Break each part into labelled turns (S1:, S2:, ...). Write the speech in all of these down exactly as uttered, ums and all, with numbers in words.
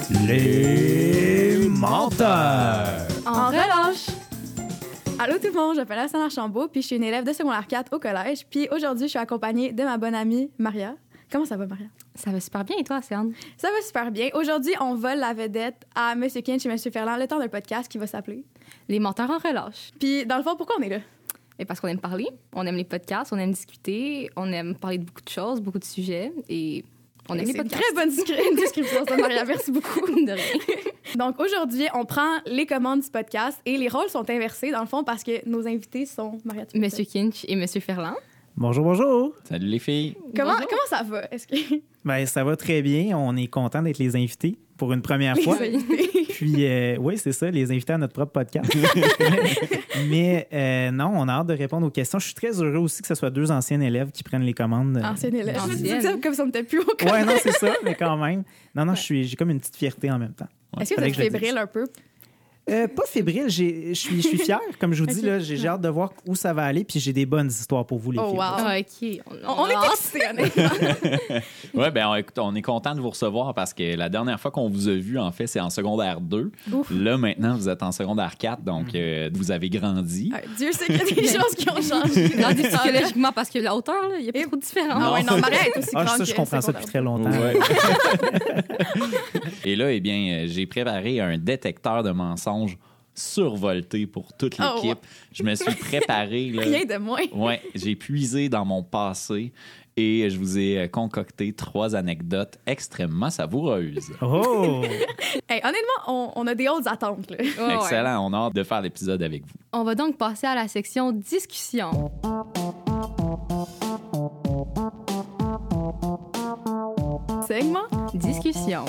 S1: Les menteurs.
S2: En relâche! Allô tout le monde, je m'appelle Asana Archambault, puis je suis une élève de secondaire quatre au collège. Puis aujourd'hui, je suis accompagnée de ma bonne amie Maria. Comment ça va, Maria?
S3: Ça va super bien, et toi, Océane?
S2: Ça va super bien. Aujourd'hui, on vole la vedette à M. Kinch et M. Ferland le temps d'un podcast qui va s'appeler
S3: Les menteurs en relâche.
S2: Puis dans le fond, pourquoi on est là?
S3: Et parce qu'on aime parler, on aime les podcasts, on aime discuter, on aime parler de beaucoup de choses, beaucoup de sujets, et on aime les
S2: C'est une
S3: podcasts.
S2: très bonne discri- description, ça, Maria. Merci beaucoup.
S3: De rien.
S2: Donc aujourd'hui, on prend les commandes du podcast et les rôles sont inversés, dans le fond, parce que nos invités sont Maria. tu peux
S3: Monsieur Kinch et Monsieur Ferland.
S1: Bonjour, bonjour.
S4: Salut les filles.
S2: Comment,
S3: Bonjour.
S2: comment ça va? Est-ce que
S1: Ben, ça va très bien. On est content d'être les invités pour une première
S2: les
S1: fois.
S2: invités...
S1: Puis, euh, oui, c'est ça, les invités à notre propre podcast. Mais euh, non, on a hâte de répondre aux questions. Je suis très heureux aussi que ce soit deux anciennes élèves qui prennent les commandes.
S2: Ancienne élève. Je me
S3: Ancienne.
S2: dis ça comme si on n'était plus au collège.
S1: Ouais, non, c'est ça, mais quand même. Non, non, je suis, j'ai comme une petite fierté en même temps.
S2: Est-ce que vous
S1: Fallait
S2: êtes
S1: que je le dise.
S2: fébrile un peu?
S1: Euh, pas fébrile, j'ai- je suis, je suis fier. Comme je vous dis,
S2: Ok.
S1: là, j'ai j'ai hâte de voir où ça va aller. Puis j'ai des bonnes histoires pour vous, les
S2: Oh,
S1: filles.
S2: wow.
S3: Ah, OK.
S2: On, on est excités, honnêtement.
S4: Ouais, ben on, écoute, on est content de vous recevoir parce que la dernière fois qu'on vous a vu, en fait, c'est en secondaire deux.
S2: Ouf.
S4: Là, maintenant, vous êtes en secondaire quatre, donc euh, vous avez grandi.
S2: Ah, Dieu sait qu'il y a des choses qui ont changé.
S3: Grandi psychologiquement, parce que la hauteur, il n'y a pas
S2: Et-
S3: trop de différence.
S2: Ah ouais, non, Maria est aussi
S1: Ah,
S2: grande
S1: ça, je
S2: que
S1: comprends ça
S2: secondaire.
S1: depuis très longtemps.
S4: Ouais. Et là, eh bien, euh, j'ai préparé un détecteur de mensonges survolté pour toute
S2: Oh,
S4: l'équipe.
S2: wow.
S4: Je me suis préparé. Là,
S2: Rien de moins.
S4: Ouais, j'ai puisé dans mon passé et je vous ai euh, concocté trois anecdotes extrêmement savoureuses.
S1: Oh!
S2: Hey, honnêtement, on, on a des hautes attentes. Là.
S3: Ouais, ouais.
S4: Excellent, on a hâte de faire l'épisode avec vous.
S3: On va donc passer à la section discussion.
S2: Segment.
S3: Discussion.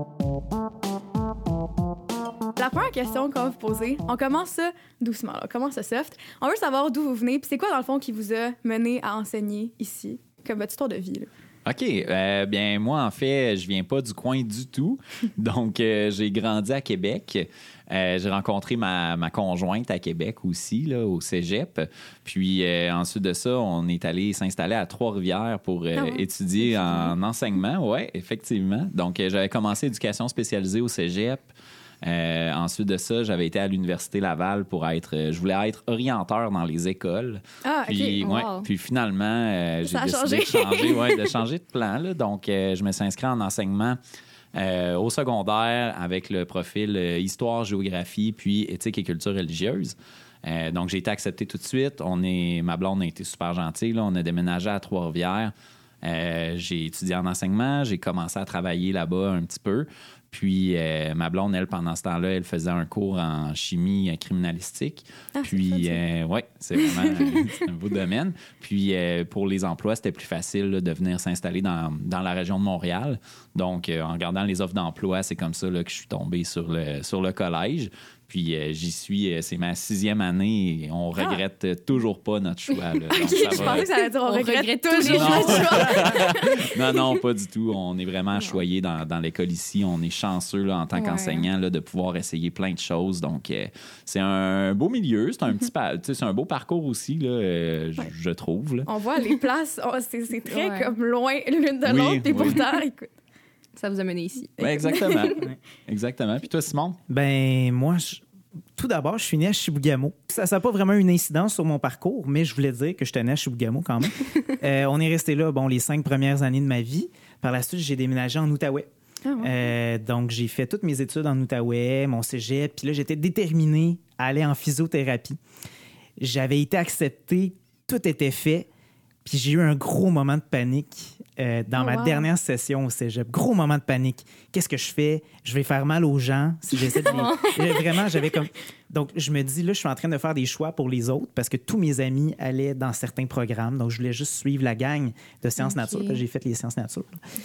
S2: La première question qu'on va vous poser, on commence ça doucement, là. on commence ça soft. On veut savoir d'où vous venez, puis c'est quoi, dans le fond, qui vous a mené à enseigner ici, comme votre histoire de vie. Là.
S4: OK. Euh, bien, moi, en fait, je viens pas du coin du tout. Donc, euh, j'ai grandi à Québec. Euh, j'ai rencontré ma, ma conjointe à Québec aussi, là, au cégep. Puis, euh, ensuite de ça, on est allé s'installer à Trois-Rivières pour euh,
S2: Ah ouais.
S4: étudier en enseignement. Oui, effectivement. Donc, euh, j'avais commencé éducation spécialisée au cégep. Euh, ensuite de ça, j'avais été à l'Université Laval pour être... euh, je voulais être orienteur dans les écoles.
S2: Ah, OK.
S4: Puis,
S3: Wow.
S4: ouais, puis finalement, euh, j'ai
S2: Ça a
S4: décidé
S2: changé.
S4: de changer, ouais, de changer de plan. Là. Donc, euh, je me suis inscrit en enseignement euh, au secondaire avec le profil euh, histoire, géographie, puis éthique et culture religieuse. Euh, donc, j'ai été accepté tout de suite. On est, ma blonde a été super gentille. Là. On a déménagé à Trois-Rivières. Euh, j'ai étudié en enseignement. J'ai commencé à travailler là-bas un petit peu. Puis, euh, ma blonde, elle, pendant ce temps-là, elle faisait un cours en chimie criminalistique.
S2: Ah, c'est
S4: Puis,
S2: fun, ça.
S4: euh, oui, c'est vraiment euh, c'est un beau domaine. Puis, euh, pour les emplois, c'était plus facile là, de venir s'installer dans, dans la région de Montréal. Donc, euh, en regardant les offres d'emploi, c'est comme ça là, que je suis tombé sur le, sur le collège. Puis, euh, j'y suis, euh, c'est ma sixième année et on regrette euh, toujours pas notre choix. Là. Donc,
S2: OK,
S4: ça
S2: je
S4: va-
S2: pensais que ça allait dire on,
S3: On
S2: regrette,
S3: regrette
S2: toujours
S4: toujours.
S2: notre choix.
S4: non, non, pas du tout. On est vraiment choyés dans, dans l'école ici. On est chanceux là, en tant
S3: Ouais.
S4: qu'enseignant là, de pouvoir essayer plein de choses. Donc, euh, c'est un beau milieu. C'est un petit pa- tu sais, c'est un beau parcours aussi, là, euh, j-
S2: Ouais.
S4: je trouve. Là.
S2: On voit les places, oh, c'est, c'est très
S3: Ouais.
S2: comme loin l'une de
S4: Oui,
S2: l'autre. Puis
S4: oui.
S2: pourtant, écoute.
S3: Ça vous a mené ici.
S4: Ouais, exactement. Exactement. Puis toi, Simon?
S1: Ben, moi, je- tout d'abord, je suis né à Chibougamau. Ça n'a pas vraiment une incidence sur mon parcours, mais je voulais dire que j'étais né à Chibougamau quand même. Euh, on est resté là, bon, les cinq premières années de ma vie. Par la suite, j'ai déménagé en Outaouais.
S2: Ah ouais.
S1: Euh, donc, j'ai fait toutes mes études en Outaouais, mon cégep. Puis là, j'étais déterminé à aller en physiothérapie. J'avais été accepté, tout était fait. Puis j'ai eu un gros moment de panique euh, dans
S2: Oh,
S1: ma
S2: wow.
S1: dernière session au cégep. Gros moment de panique. Qu'est-ce que je fais? Je vais faire mal aux gens si j'essaie de les... Vraiment, j'avais comme... Donc, je me dis, là, je suis en train de faire des choix pour les autres parce que tous mes amis allaient dans certains programmes. Donc, je voulais juste suivre la gang de sciences
S3: Ok.
S1: nature. Là, j'ai fait les sciences nature.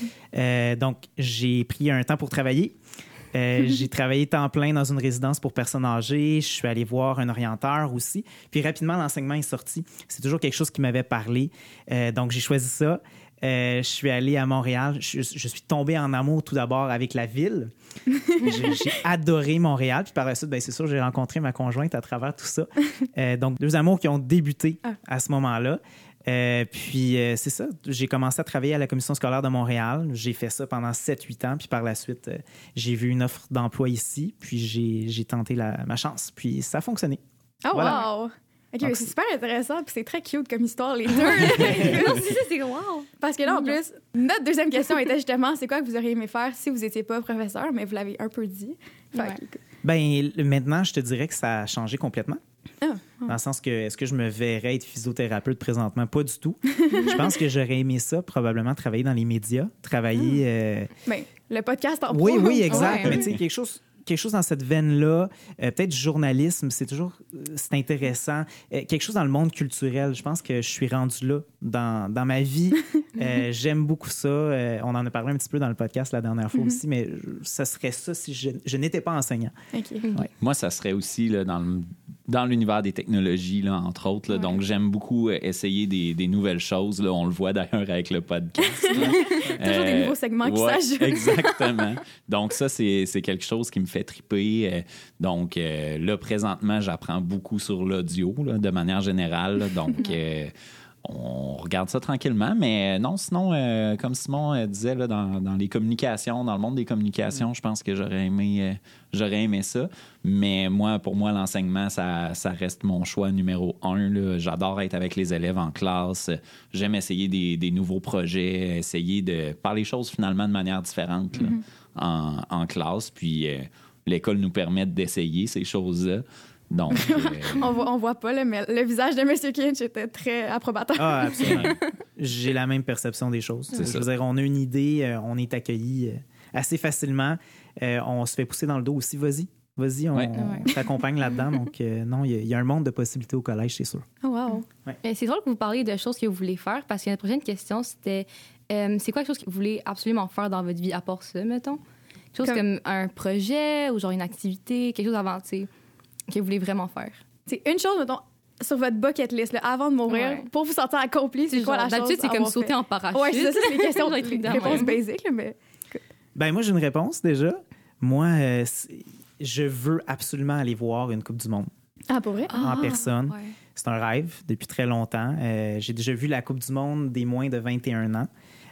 S1: Euh, donc, j'ai pris un temps pour travailler. Euh, j'ai travaillé temps plein dans une résidence pour personnes âgées. Je suis allé voir un orienteur aussi. Puis rapidement, l'enseignement est sorti. C'est toujours quelque chose qui m'avait parlé. Euh, donc, j'ai choisi ça. Euh, je suis allé à Montréal. Je, je suis tombé en amour tout d'abord avec la ville. j'ai, j'ai adoré Montréal. Puis par la suite, ben, c'est sûr, j'ai rencontré ma conjointe à travers tout ça. Euh, donc, deux amours qui ont débuté à ce moment-là. Euh, puis, euh, c'est ça. J'ai commencé à travailler à la Commission scolaire de Montréal. J'ai fait ça pendant sept huit ans. Puis, par la suite, euh, j'ai vu une offre d'emploi ici. Puis, j'ai, j'ai tenté la, ma chance. Puis, ça a fonctionné.
S2: Oh,
S1: Voilà.
S2: wow! OK,
S1: Donc,
S2: mais c'est
S1: c'est-
S2: super intéressant, puis c'est très cute comme histoire, les deux.
S3: Non, c'est ça, c'est wow.
S2: Parce que là, en plus, notre deuxième question était justement, c'est quoi que vous auriez aimé faire si vous n'étiez pas professeur, mais vous l'avez un peu dit. Fait
S3: Ouais.
S2: que-
S1: Ben, le- maintenant, je te dirais que ça a changé complètement.
S2: Ah,
S1: Dans le sens que, est-ce que je me verrais être physiothérapeute présentement? Pas du tout. Je pense que j'aurais aimé ça, probablement travailler dans les médias, travailler... euh,
S2: ben, le podcast en
S1: Oui,
S2: pro.
S1: oui, exact.
S3: Ouais.
S1: Mais tu sais, quelque chose, quelque chose dans cette veine-là, euh, peut-être du journalisme, c'est toujours euh, c'est intéressant. Euh, quelque chose dans le monde culturel, je pense que je suis rendu là dans, dans ma vie. Euh, j'aime beaucoup ça. Euh, on en a parlé un petit peu dans le podcast la dernière fois aussi, mais je- ça serait ça si je, je n'étais pas enseignant.
S2: OK.
S4: Moi, ça serait aussi là, dans, le- dans l'univers des technologies, là, entre autres. Là.
S2: Ouais.
S4: Donc, j'aime beaucoup euh, essayer des, des nouvelles choses. Là. On le voit d'ailleurs avec le podcast. là.
S2: Toujours des nouveaux segments qui
S4: ouais,
S2: s'ajoutent.
S4: Exactement. Donc, ça, c'est, c'est quelque chose qui me fait triper. Euh, Donc, euh, là, présentement, j'apprends beaucoup sur l'audio, là, de manière générale. là. Donc, euh, on regarde ça tranquillement. Mais non, sinon, euh, comme Simon euh, disait, là, dans, dans les communications, dans le monde des communications, je pense que j'aurais aimé, euh, j'aurais aimé ça. Mais moi, pour moi, l'enseignement, ça, ça reste mon choix numéro un. Là. J'adore être avec les élèves en classe. J'aime essayer des, des nouveaux projets, essayer de parler les choses finalement de manière différente là, en, en classe. Puis euh, l'école nous permet d'essayer ces choses-là. Donc, euh,
S2: On voit, on voit pas, là, mais le visage de M. Kinch était très approbateur.
S1: Ah, absolument. J'ai la même perception des choses.
S4: C'est
S1: Je
S4: ça.
S1: veux dire, on a une idée, euh, on est accueilli euh, assez facilement. Euh, on se fait pousser dans le dos aussi. Vas-y, vas-y, on,
S4: Ouais.
S1: on t'accompagne là-dedans. Donc, euh, non, il y, a- il y a un monde de possibilités au collège, c'est sûr.
S2: Oh, wow.
S3: Mais c'est drôle que vous parliez de choses que vous voulez faire parce que notre prochaine question, c'était euh, c'est quoi quelque chose que vous voulez absolument faire dans votre vie à part ça, mettons? Quelque chose
S2: Comme-
S3: comme, un projet ou genre une activité, quelque chose avant, tu sais, que vous voulez vraiment faire.
S2: C'est une chose, mettons, sur votre bucket list, là, avant de mourir,
S3: Ouais.
S2: pour vous sentir accompli, c'est quoi
S3: genre,
S2: la chose
S3: d'habitude, c'est
S2: à
S3: comme
S2: avoir
S3: sauter
S2: fait?
S3: en parachute.
S2: Ouais, c'est ça, c'est les questions,
S3: Genre,
S2: les
S3: des trucs de
S2: réponses
S3: même.
S2: basiques, là, mais...
S1: Ben moi, j'ai une réponse déjà. Moi, euh, c'est- je veux absolument aller voir une Coupe du Monde
S2: Ah, pour vrai?
S1: en
S3: Ah,
S1: personne.
S3: ouais.
S1: C'est un rêve depuis très longtemps. Euh, j'ai déjà vu la Coupe du Monde des moins de vingt et un ans.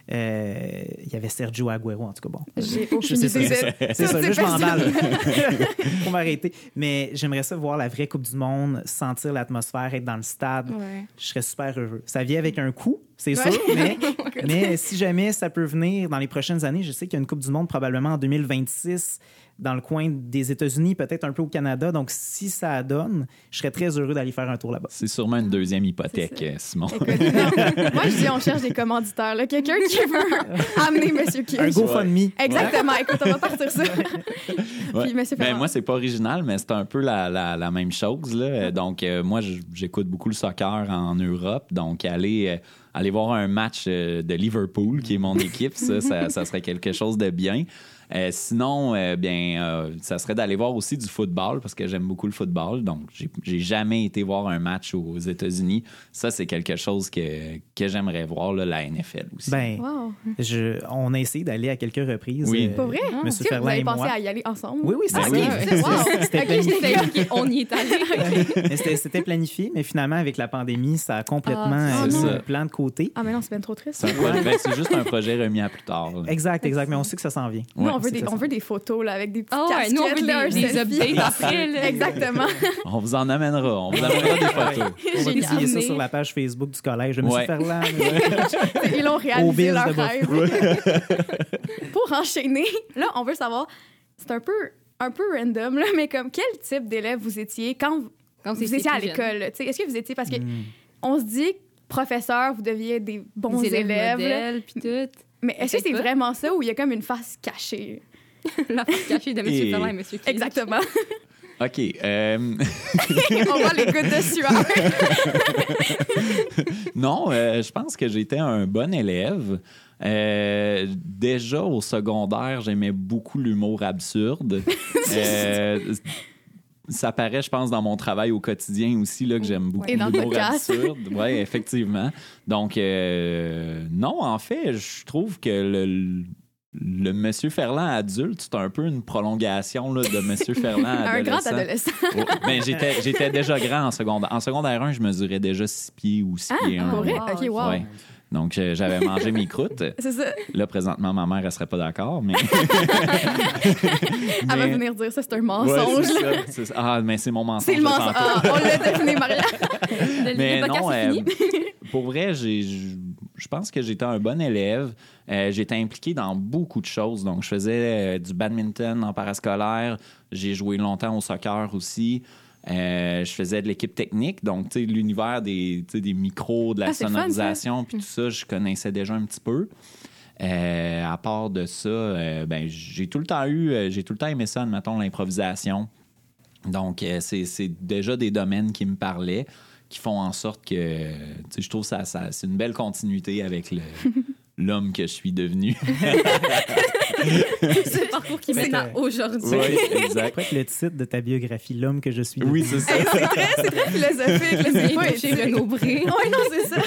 S1: Euh, Il y avait Sergio Aguero, en tout cas. Bon,
S2: J'ai
S1: Je
S2: aucune
S1: sais
S2: idée.
S1: ça,
S2: de-
S1: c'est ça,
S2: toutes
S1: là,
S2: ces
S1: je m'emballe.
S2: personnes.
S1: Faut m'arrêter. Mais j'aimerais ça voir la vraie Coupe du Monde, sentir l'atmosphère, être dans le stade.
S3: Ouais.
S1: Je serais super heureux. Ça vient avec un coût, c'est
S2: Ouais.
S1: sûr, mais, mais si jamais ça peut venir dans les prochaines années, je sais qu'il y a une Coupe du Monde probablement en deux mille vingt-six dans le coin des États-Unis, peut-être un peu au Canada. Donc, si ça donne, je serais très heureux d'aller faire un tour là-bas.
S4: c'est sûrement une deuxième hypothèque,
S2: C'est ça.
S4: euh, Simon.
S2: Écoute, non. Moi, je dis, on cherche des commanditaires. là. Quelqu'un qui veut amener M. Kinch.
S1: Un GoFundMe.
S2: Exactement. Écoute, on va partir ça.
S4: Ouais.
S2: Puis, Monsieur
S4: Ben,
S2: Ferrand.
S4: moi, c'est pas original, mais c'est un peu la, la, la même chose. Là. Euh, Donc, euh, moi, j- j'écoute beaucoup le soccer en Europe. Donc, aller, euh, aller voir un match euh, de Liverpool, qui est mon équipe, ça, ça, ça serait quelque chose de bien. Euh, sinon, euh, bien, euh, ça serait d'aller voir aussi du football parce que j'aime beaucoup le football. Donc, j'ai, j'ai jamais été voir un match aux États-Unis. Ça, c'est quelque chose que, que j'aimerais voir, là, la N F L aussi.
S1: Ben,
S2: Wow.
S1: je, on a essayé d'aller à quelques reprises.
S4: Oui.
S1: euh,
S2: Pour vrai?
S1: Monsieur
S2: Est-ce que vous
S1: Ferland
S2: avez
S1: et
S2: pensé
S1: moi.
S2: à y aller ensemble?
S1: Oui, oui, c'est
S2: Ah,
S1: ça.
S2: ok,
S1: C'est-
S2: wow.
S1: C'était
S2: Ok,
S1: planifié.
S3: C'était- OK, on y est allé.
S1: Mais C'était c'était planifié, mais finalement, avec la pandémie, ça a complètement
S3: Ah,
S1: euh,
S4: c'est
S1: mis
S4: ça.
S1: le plan de côté.
S2: Ah, mais non, c'est bien trop triste.
S4: C'est, un projet- ben, c'est juste un projet remis à plus tard. là.
S1: Exact, exact, mais on sait que ça s'en vient.
S2: Nous, on,
S4: Ouais,
S2: veut
S1: c'est
S2: des,
S1: ça.
S2: on veut des photos là, avec des petites
S3: Ah ouais,
S2: casquettes.
S3: nous, on veut
S2: là, un
S3: des, des
S2: selfie.
S3: updates après. Là.
S2: Exactement.
S4: On vous en amènera. On vous amènera des photos.
S1: On va
S2: Génial.
S1: publier ça
S3: Mais-
S1: sur la page Facebook du collège. Je me
S4: Ouais.
S1: suis fait là.
S2: Ils l'ont
S1: Au
S2: réalisé
S1: Bills
S2: leur
S1: de
S2: rêve. Pour enchaîner, là, on veut savoir, c'est un peu, un peu random, là, mais comme quel type d'élève vous étiez quand vous,
S3: Quand
S2: vous
S3: c'est-
S2: étiez
S3: c'est
S2: à
S3: plus
S2: l'école? là, tu sais, Est-ce que vous étiez... Parce que
S1: Hmm.
S2: on se dit, professeur, vous deviez être des bons
S3: Des
S2: élèves.
S3: élèves,
S2: là.
S3: modèles, puis tout.
S2: Mais est-ce que
S3: Peut-être
S2: c'est
S3: pas.
S2: vraiment ça ou il y a comme une face cachée?
S3: La face cachée de M.
S4: Et-
S3: Ferland et M. Kinch.
S2: Exactement.
S4: OK. euh,
S2: on voit les gouttes de sueur.
S4: non, euh, je pense que j'étais un bon élève. Euh, déjà au secondaire, j'aimais beaucoup l'humour absurde. Euh, ça paraît, je pense, dans mon travail au quotidien aussi, là, que j'aime beaucoup
S2: Et dans le
S4: l'humour
S2: podcast.
S4: absurde. Oui, effectivement. Donc, euh, non, en fait, je trouve que le, le Monsieur Ferland adulte, c'est un peu une prolongation là, de Monsieur Ferland adolescent.
S2: Un grand adolescent.
S4: Oh, ben, j'étais, j'étais déjà grand en secondaire. En secondaire un, je mesurais déjà six pieds ou six
S2: Ah,
S4: pieds un.
S2: pour vrai?
S3: Wow,
S2: OK, wow.
S4: Ouais. Donc, euh, j'avais mangé mes croûtes.
S2: C'est ça.
S4: Là, présentement, ma mère, elle serait pas d'accord, mais...
S2: Elle va
S4: Mais-
S2: venir dire ça, c'est un
S4: Ouais,
S2: mensonge.
S4: c'est
S2: là.
S4: ça, c'est ça. Ah, mais c'est mon mensonge.
S2: C'est le
S4: de
S2: mensonge.
S4: tantôt.
S2: Ah, on l'a deviné, Maria.
S3: Le,
S4: Mais
S3: le podcast
S4: non,
S3: est
S4: euh,
S3: fini.
S4: pour vrai, j'ai, je je pense que j'étais un bon élève. Euh, j'étais impliqué dans beaucoup de choses. Donc, je faisais euh, du badminton en parascolaire. J'ai joué longtemps au soccer aussi. Euh, je faisais de l'équipe technique. Donc, tu sais, l'univers des, tu sais, des micros, de la
S2: Ah, c'est fun,
S4: sonorisation, puis tout ça, je connaissais déjà un petit peu. Euh, à part de ça, euh, ben, j'ai tout le temps eu, euh, j'ai tout le temps aimé ça, admettons, l'improvisation. Donc, euh, c'est, c'est déjà des domaines qui me parlaient, qui font en sorte que, tu sais, je trouve ça, ça c'est une belle continuité avec le, l'homme que je suis devenu.
S3: C'est le parcours qui
S1: Mais
S3: mène à
S1: t'as-
S3: aujourd'hui.
S4: Oui,
S1: Je
S4: exact.
S1: crois que le titre de ta biographie, L'homme que je suis.
S4: Oui,
S1: devenu.
S4: c'est ça.
S2: Hey, c'est très, c'est très philosophique. là, C'est pas
S3: Chez
S2: éthique.
S3: Renaud Bré.
S2: Oui, non, c'est ça.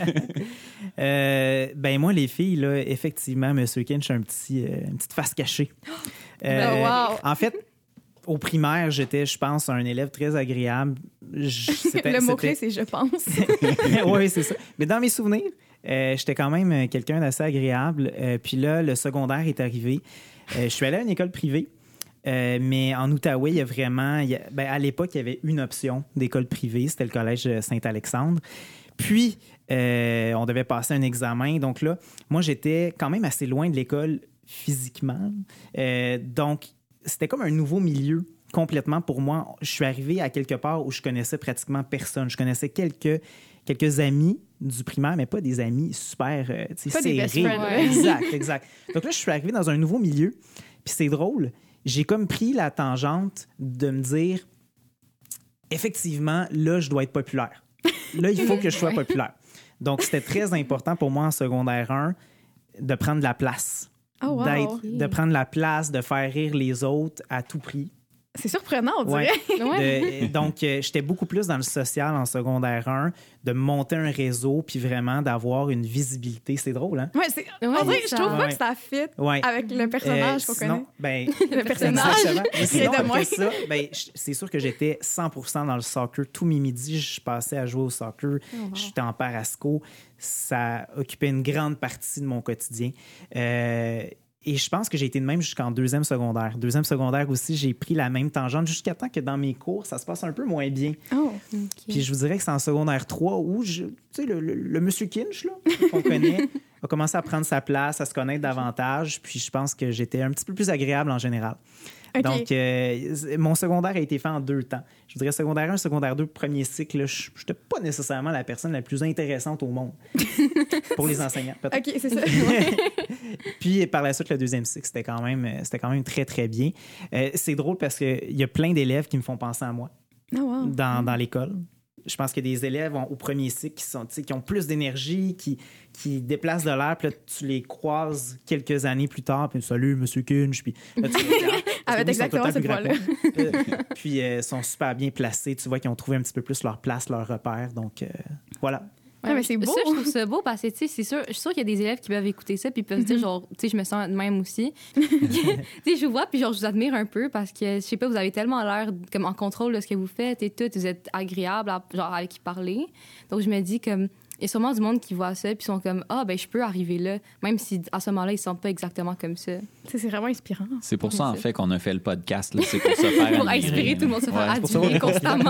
S1: Euh, ben moi, les filles, là, effectivement, Monsieur Kinch a un petit, euh, une petite face cachée. Euh,
S2: Oh, wow.
S1: En fait, au primaire, j'étais, je pense, un élève très agréable. Je- c'était-
S2: Le mot-clé,
S1: c'était-
S2: c'est « je pense
S1: oui, c'est ça. Mais dans mes souvenirs, euh, j'étais quand même euh, quelqu'un d'assez agréable. Euh, puis là, le secondaire est arrivé. Euh, je suis allé à une école privée. Euh, mais en Outaouais, il y a vraiment... il y a- ben, à l'époque, il y avait une option d'école privée. C'était le collège Saint-Alexandre. Puis, euh, on devait passer un examen. Donc là, moi, j'étais quand même assez loin de l'école physiquement. Euh, donc, c'était comme un nouveau milieu complètement pour moi. Je suis arrivé à quelque part où je connaissais pratiquement personne. Je connaissais quelques, quelques amis du primaire, mais pas des amis super euh, tu sais,
S2: Pas des best
S1: serrés.
S2: friends, ouais.
S1: Exact, exact. Donc là, je suis arrivé dans un nouveau milieu. Puis c'est drôle. J'ai comme pris la tangente de me dire, effectivement, là, je dois être populaire. Là, il faut que je sois populaire. Donc, c'était très important pour moi en secondaire un de prendre la place.
S2: Oh, wow.
S1: D'être- de prendre la place, de faire rire les autres à tout prix. ».
S2: C'est surprenant, on
S1: Ouais.
S2: dirait.
S3: Ouais.
S1: De- donc, euh, j'étais beaucoup plus dans le social en secondaire un, de monter un réseau puis vraiment d'avoir une visibilité. C'est drôle, hein?
S2: Ouais, c'est...
S3: Ouais,
S2: on dirait que je
S3: ça-
S2: trouve pas
S1: Ouais.
S2: que ça fit
S1: Ouais.
S2: avec le personnage
S1: Euh,
S2: qu'on
S1: sinon,
S2: connaît.
S1: ben,
S2: Le personnage,
S1: Exactement. Mais
S2: rien
S1: sinon,
S2: de moins.
S1: après ça, ben, je- c'est sûr que j'étais cent pour cent dans le soccer. Tous mes midis, je passais à jouer au soccer.
S3: wow.
S1: J'étais en parasco. Ça occupait une grande partie de mon quotidien. Euh, et je pense que j'ai été de même jusqu'en deuxième secondaire. Deuxième secondaire aussi, j'ai pris la même tangente jusqu'à temps que dans mes cours, ça se passe un peu moins bien.
S2: Oh.
S1: Puis je vous dirais que c'est en secondaire trois où, je, tu sais, le, le, le monsieur Kinch, là, qu'on connaît, a commencé à prendre sa place, à se connaître davantage. Puis je pense que j'étais un petit peu plus agréable en général.
S2: OK.
S1: Donc, euh, mon secondaire a été fait en deux temps. Je dirais secondaire un, secondaire deux, premier cycle, là, je n'étais pas nécessairement la personne la plus intéressante au monde. Pour les enseignants, peut-être.
S2: OK, c'est ça.
S1: Puis par la suite, le deuxième cycle, c'était quand même, c'était quand même très, très bien. Euh, c'est drôle parce qu'il y a plein d'élèves qui me font penser à moi
S2: Oh, wow.
S1: dans, dans l'école. Je pense qu'il y a des élèves au premier cycle qui, sont, tu sais, qui ont plus d'énergie, qui, qui déplacent de l'air, puis là, tu les croises quelques années plus tard, puis salut, monsieur Kunch, puis là, tu les regardes, parce
S2: Avec
S1: que lui, ils sont tout le
S2: exactement
S1: temps
S2: cette
S1: plus
S2: voix-là.
S1: grands. Euh, Puis ils sont super bien placés, tu vois qu'ils ont trouvé un petit peu plus leur place, leur repère, donc euh, voilà.
S2: Ouais, mais c'est beau.
S3: Ça, je trouve ça beau parce que, tu sais, c'est sûr, je suis sûre qu'il y a des élèves qui peuvent écouter ça puis peuvent se dire, genre, tu sais, je me sens de même aussi. Tu sais, je vous vois puis genre, je vous admire un peu parce que, je sais pas, vous avez tellement l'air comme en contrôle de ce que vous faites et tout, vous êtes agréable, à- genre, avec qui parler. Donc, je me dis, comme, il y a sûrement du monde qui voit ça puis sont comme, ah, ben, je peux arriver là, même si à ce moment-là, ils sont pas exactement comme ça.
S2: C'est c'est vraiment inspirant.
S4: C'est pour
S3: Ouais,
S4: ça, en
S3: c'est-
S4: fait, qu'on a fait le podcast. Là. C'est pour se faire
S3: Pour
S4: admirer,
S3: inspirer
S4: là.
S3: tout le monde, se faire
S4: Ouais.
S1: pour ça
S3: admirer
S1: qu'on-
S3: constamment.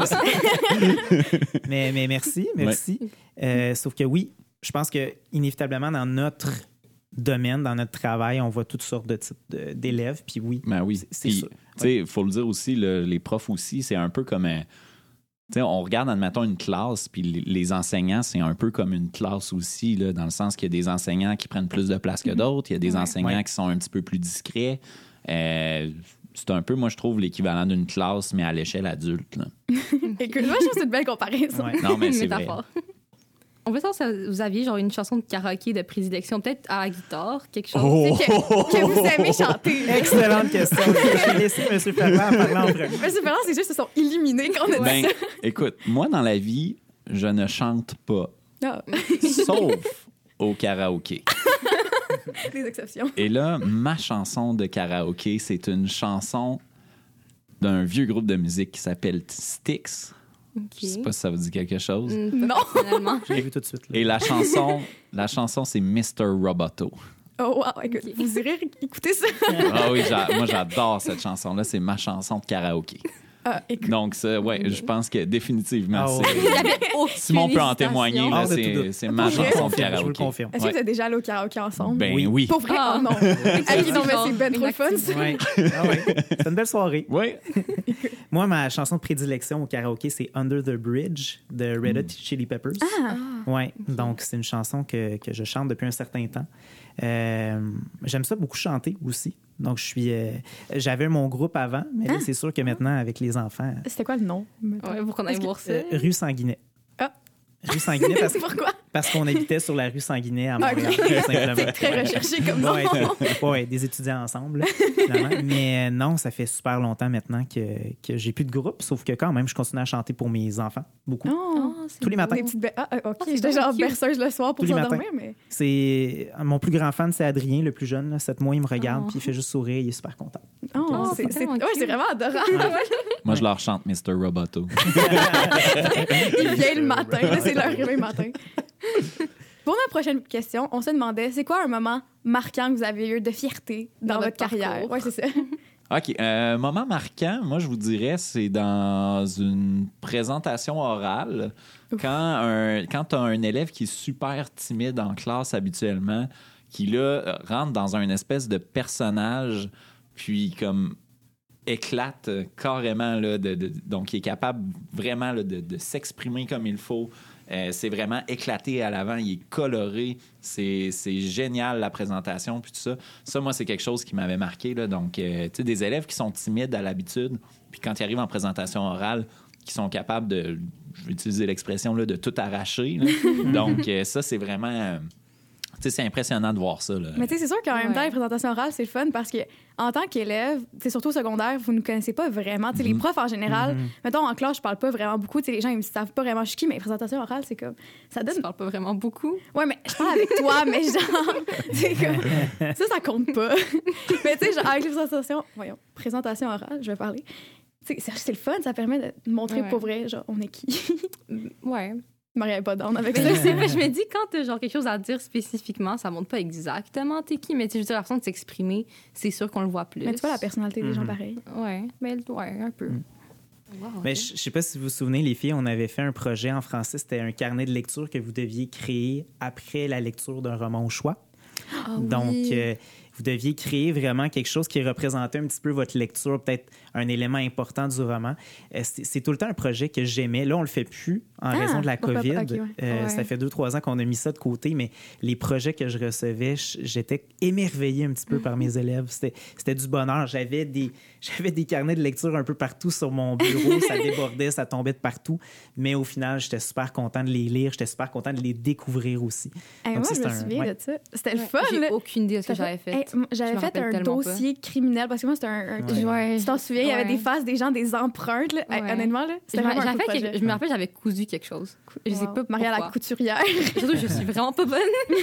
S1: Mais, mais merci, merci. Euh, sauf que oui, je pense que inévitablement, dans notre domaine, dans notre travail, on voit toutes sortes de types de- d'élèves, puis oui.
S4: Ben oui.
S1: C'est- c'est
S4: Puis,
S1: sûr.
S4: tu sais, il faut le dire aussi, le- les profs aussi, c'est un peu comme. un- Tu sais, on regarde, admettons, une classe, puis les- les enseignants, c'est un peu comme une classe aussi, là, dans le sens qu'il y a des enseignants qui prennent plus de place que d'autres, il y a des
S2: Ouais.
S4: enseignants
S1: Ouais.
S4: qui sont un petit peu plus discrets. Euh, c'est un peu, moi, je trouve, l'équivalent d'une classe, mais à l'échelle adulte. Là.
S2: Écoute, moi, je trouve que c'est une belle comparaison.
S1: Ouais.
S4: Non, mais c'est vrai.
S3: Métaphore. On veut savoir si vous aviez genre une chanson de karaoké de prédilection, peut-être à la guitare, quelque chose.
S4: Oh!
S2: Que, que vous aimez chanter.
S1: Excellente question. Je vais laisser M. Ferland parler en premier.
S2: Mais c'est vraiment, c'est juste qu'ils se sont illuminés quand on a dit
S4: Ben, écoute, moi, dans la vie, je ne chante pas,
S2: ça. Ah.
S4: sauf au karaoké.
S2: Les exceptions.
S4: Et là, ma chanson de karaoké, c'est une chanson d'un vieux groupe de musique qui s'appelle Styx.
S3: Okay.
S4: Je sais pas si ça vous dit quelque chose.
S3: Mm, pas
S2: Non.
S3: personnellement.
S1: Je l'ai vu tout de suite. Là.
S4: Et la chanson, la chanson, c'est mister Roboto.
S2: Oh, wow, écoute,
S3: Ok.
S2: vous irez écouter ça.
S4: Ah oui, j'a- moi j'adore cette chanson-là. C'est ma chanson de karaoké.
S2: Ah, écoute.
S4: Donc, ça, ouais, je pense que définitivement,
S1: Ah
S4: c'est...
S1: ouais.
S3: J'avais aucune
S4: Simon peut en
S3: hésitation.
S4: témoigner, là,
S1: Hors de tout
S4: c'est,
S1: doute.
S4: c'est ma
S2: Pour vrai?
S4: chanson de
S1: Je vous le
S4: karaoké.
S1: confirme.
S2: Est-ce que
S4: Ouais.
S2: vous êtes déjà allé au karaoké ensemble?
S4: Ben
S1: Oui.
S4: oui.
S2: Pour vrai?
S3: Ah.
S2: Oh non. Ah, non, mais c'est ben trop le fun. ça.
S1: Ouais. Ah ouais. C'était une belle soirée.
S4: Oui.
S1: Moi, ma chanson de prédilection au karaoké, c'est Under the Bridge de Red Hot Chili Peppers.
S2: Ah.
S1: Ouais. Donc, c'est une chanson que, que je chante depuis un certain temps. Euh, j'aime ça beaucoup chanter aussi. Donc, je suis. euh, j'avais mon groupe avant, mais là,
S2: Ah.
S1: c'est sûr que maintenant, avec les enfants.
S2: C'était quoi le nom?
S3: Ouais, pour qu'on aille voir ça.
S1: euh, rue Sanguinet.
S2: Ah.
S1: Rue Sanguinet parce,
S2: Pourquoi?
S1: parce qu'on habitait sur la rue Sanguinet à Montréal.
S2: Ok.
S1: tout simplement.
S2: Très recherché comme nom.
S1: Ouais, ouais, ouais, des étudiants ensemble, là, finalement. Mais euh, non, ça fait super longtemps maintenant que, que j'ai plus de groupe, sauf que quand même, je continue à chanter pour mes enfants, beaucoup.
S2: Oh.
S3: Ah, c'est
S1: Tous les
S3: beau.
S1: matins.
S2: Des petites be- Ah, ah, OK.
S3: Ah, c'est
S2: J'étais
S3: vraiment
S2: genre
S3: cute.
S2: berceuse le soir pour
S1: Tous les
S2: s'endormir, mais...
S1: C'est mon plus grand fan, c'est Adrien, le plus jeune. Là. Sept mois, il me regarde,
S3: Oh.
S1: puis il fait juste sourire, il est super content.
S2: Oh,
S3: Oh,
S2: c'est
S3: c'est
S2: c'est-
S3: tellement
S2: ouais,
S3: cute.
S2: c'est vraiment adorable.
S4: Moi, je leur chante mister Roboto.
S2: Il vient le matin, là, c'est leur réveil matin. Pour notre prochaine question, on se demandait, c'est quoi un moment marquant que vous avez eu de fierté dans,
S3: Dans
S2: votre
S3: votre
S2: carrière?
S3: parcours.
S2: Oui, c'est ça.
S4: OK. Un moment marquant, moi, je vous dirais, c'est dans une présentation orale.
S2: Ouf.
S4: Quand, un, quand tu as un élève qui est super timide en classe habituellement, qui, là, rentre dans un espèce de personnage, puis comme éclate carrément, là, de, de- donc il est capable vraiment là, de, de s'exprimer comme il faut. Euh, c'est vraiment éclaté à l'avant, il est coloré, c'est, c'est génial la présentation, puis tout ça. Ça, moi, c'est quelque chose qui m'avait marqué. Là. Donc, euh, tu sais, des élèves qui sont timides à l'habitude, puis quand ils arrivent en présentation orale, qui sont capables de, je vais utiliser l'expression, là, de tout arracher. Là. Donc, euh, ça, c'est vraiment... euh, tu sais, c'est impressionnant de voir ça. Là.
S2: Mais tu sais, c'est sûr qu'en même temps,
S3: Ouais.
S2: les présentations orales, c'est le fun parce que en tant qu'élève, c'est surtout au secondaire, vous ne connaissez pas vraiment. Tu sais, les
S4: Mhm.
S2: profs en général,
S1: Mhm.
S2: mettons en classe, je parle pas vraiment beaucoup. Tu sais, les gens, ils ne savent pas vraiment je suis qui, mais les présentations orales, c'est comme. Ça donne.
S3: Tu parles pas vraiment beaucoup.
S2: Ouais, mais je parle avec toi, mais genre. c'est comme. Ça, ça compte pas. mais tu sais, genre, avec les présentations. Voyons, présentation orale, je vais parler. Tu sais, c'est- c'est le fun, ça permet de montrer
S3: Ouais.
S2: pour vrai, genre, on est qui.
S3: Ouais.
S2: Marie n'est pas down avec
S3: Mais
S2: ça.
S3: je sais pas, je me dis, quand t'as genre quelque chose à dire spécifiquement, ça montre pas exactement t'es qui, mais tu sais, je veux dire, la façon de s'exprimer, c'est sûr qu'on le voit plus.
S2: Mais tu vois la personnalité des gens
S1: Mhm.
S2: pareil.
S3: Ouais, mais ouais, un peu.
S1: Mm.
S3: Wow,
S1: Mais
S3: ok.
S1: je ne sais pas si vous vous souvenez, les filles, on avait fait un projet en français. C'était un carnet de lecture que vous deviez créer après la lecture d'un roman au choix.
S3: Ah
S1: Donc,
S3: oui.
S1: euh, vous deviez créer vraiment quelque chose qui représentait un petit peu votre lecture, peut-être un élément important du roman. Euh, c'est, c'est tout le temps un projet que j'aimais. Là, on le fait plus en
S2: Ah,
S1: raison de la
S2: pourquoi pas?
S1: COVID.
S2: Ok, ouais.
S1: Euh,
S3: Ouais.
S1: Ça fait deux, trois ans qu'on a mis ça de côté, mais les projets que je recevais, j- j'étais émerveillée un petit peu par mes élèves. C'était, c'était du bonheur. J'avais des, j'avais des carnets de lecture un peu partout sur mon bureau. Ça débordait, ça tombait de partout. Mais au final, j'étais super content de les lire. J'étais super content de les découvrir aussi.
S2: Hey,
S1: Donc
S2: moi,
S1: ça,
S2: je me
S1: c'est un-
S2: souviens
S1: ouais.
S2: de ça. C'était le
S3: Ouais,
S2: fun,
S3: J'ai
S2: là.
S3: aucune idée de ce que
S2: Ça
S3: j'avais fait.
S2: Hey, m- j'avais
S3: Je me
S2: fait
S3: rappelle
S2: un
S3: tellement
S2: dossier criminel parce que moi, c'était un. un-
S1: Ouais.
S3: Ouais.
S2: Tu t'en souviens, il y avait
S3: Ouais.
S2: des faces des gens, des empreintes. Là. Hey,
S3: Ouais.
S2: honnêtement, là,
S3: Je
S2: c'était
S3: me,
S2: vraiment un
S3: j'avais
S2: cool
S3: fait
S2: projet.
S3: quelque- je me rappelle, j'avais cousu quelque chose. Je sais
S2: Wow.
S3: pas
S2: Maria la
S3: pourquoi.
S2: couturière.
S3: Surtout, je suis vraiment pas bonne.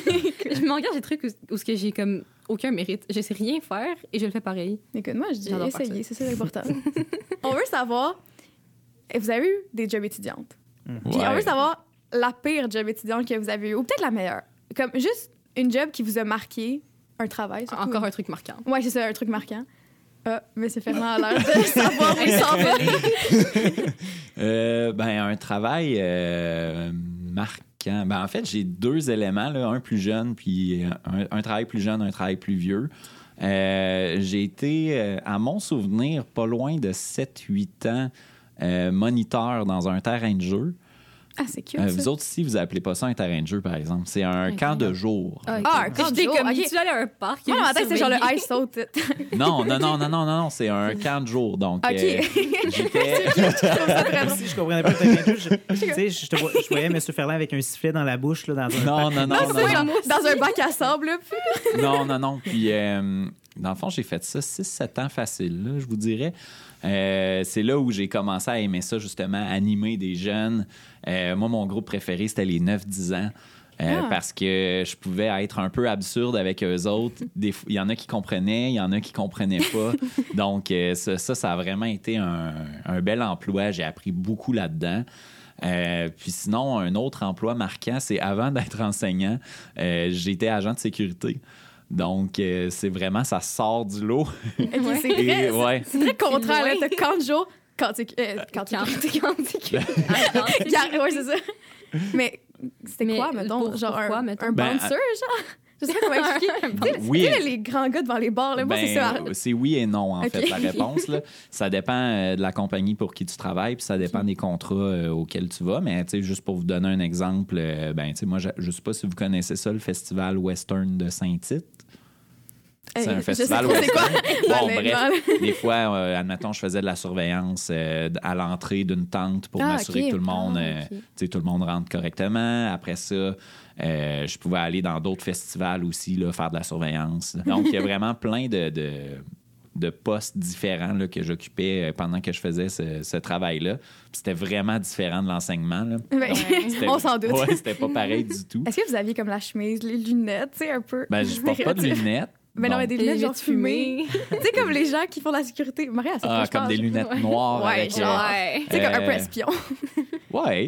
S3: je m'engage des trucs où, où ce que j'ai comme aucun mérite. Je sais rien faire et je le fais pareil.
S2: Écoute, moi, je dis
S3: J'adore faire
S2: essayez, c'est ça l'important. On veut savoir, et vous avez eu des jobs étudiantes. Puis on
S4: Ouais.
S2: veut savoir la pire job étudiante que vous avez eu, ou peut-être la meilleure. Comme juste une job qui vous a marqué, un travail. surtout.
S3: Encore un truc marquant.
S2: Ouais, c'est ça, un truc marquant. Ah, mais c'est Fernand a l'air de savoir où il s'en va.
S4: Euh, ben, un travail euh, marquant. Ben, en fait, j'ai deux éléments, là, un plus jeune, puis un, un travail plus jeune, un travail plus vieux. Euh, j'ai été, euh, à mon souvenir, pas loin de sept huit ans, euh, moniteur dans un terrain de jeu.
S2: Ah, c'est cute.
S4: Euh,
S2: ça.
S4: vous autres ici, vous appelez pas ça un terrain de jeu, par exemple. C'est un
S3: Ok.
S4: camp de jour.
S2: Ah, un camp de
S3: J'étais
S2: jour,
S3: comme,
S2: ok.
S3: tu allais à un parc.
S2: Moi, dans ma tête, c'est genre le
S3: surveiller.
S2: ice saut.
S4: Non, non, non, non, non, non, non, c'est un camp de jour. Donc,
S2: OK.
S4: euh, j'étais...
S1: Si je comprenais pas le terrain de jeu, je, tu sais, je, te vois- je voyais M. Ferland avec un sifflet dans la bouche là, dans un
S4: Non,
S1: parc.
S4: non, non,
S2: Non,
S4: non,
S2: c'est
S4: non.
S2: genre dans un bac à sable. Là.
S4: Non, non, non. Puis, euh, dans le fond, j'ai fait ça six sept ans facile, là, je vous dirais. Euh, c'est là où j'ai commencé à aimer ça, justement, animer des jeunes. Euh, moi, mon groupe préféré, c'était les neuf dix ans. Euh,
S2: Ah.
S4: Parce que je pouvais être un peu absurde avec eux autres. Des fois, il y en a qui comprenaient, il y en a qui comprenaient pas. Donc, euh, ça, ça, ça a vraiment été un, un bel emploi. J'ai appris beaucoup là-dedans. Euh, puis sinon, un autre emploi marquant, c'est avant d'être enseignant, euh, j'étais agent de sécurité. Donc, euh, c'est vraiment, ça sort du lot.
S2: Ok, c'est
S4: Et,
S2: très,
S4: ouais.
S2: c'est très contraire. Là,
S3: loin.
S2: t'as Kanjo, Quantique. Euh, Quantique.
S3: Quantique.
S2: Gar- ouais, c'est ça. Mais c'était
S3: Mais
S2: quoi, mettons?
S3: pour-
S2: genre
S3: pourquoi,
S2: un,
S3: mettons?
S2: un
S4: Ben,
S2: bouncer, genre? Je sais pas comment expliquer. Tu sais,
S4: Oui.
S2: tu sais, les grands gars devant les bars, là, moi,
S4: Ben,
S2: c'est ça.
S4: euh, c'est oui et non, en
S2: Ok.
S4: fait, la réponse. Là. Ça dépend euh, de la compagnie pour qui tu travailles, puis ça dépend des contrats euh, auxquels tu vas. Mais, tu sais, juste pour vous donner un exemple, euh, ben, tu sais, moi, je ne sais pas si vous connaissez ça, le Festival Western de Saint-Tite. C'est
S2: Euh,
S4: un
S2: je sais
S4: festival
S2: pas c'est quoi.
S4: Bon,
S2: Honnêtement,
S4: bref, des fois, euh, admettons, je faisais de la surveillance euh, à l'entrée d'une tente pour
S2: Ah,
S4: m'assurer
S2: ok.
S4: que tout le monde,
S3: Ah,
S4: euh,
S3: ok.
S4: tu sais, tout le monde rentre correctement. Après ça, euh, je pouvais aller dans d'autres festivals aussi, là, faire de la surveillance. Donc, il y a vraiment plein de, de, de postes différents là, que j'occupais euh, pendant que je faisais ce, ce travail-là. Puis c'était vraiment différent de l'enseignement. Là.
S2: Ben,
S4: Donc, c'était-
S2: on s'en doute.
S4: Ouais, c'était pas pareil du tout.
S2: Est-ce que vous aviez comme la chemise, les lunettes, tu sais, un peu?
S4: Ben, je porte pas de lunettes.
S2: Mais non, mais des lunettes genre fumées.
S3: fumées.
S2: Tu sais, comme les gens qui font la sécurité. Marie, elle sait
S4: Ah,
S2: pas, je
S4: comme
S2: pense.
S4: des lunettes
S3: Ouais.
S4: noires
S2: Ouais,
S4: avec...
S2: genre.
S4: euh,
S2: Tu sais, comme un peu
S4: Euh,
S2: espion.
S4: Ouais.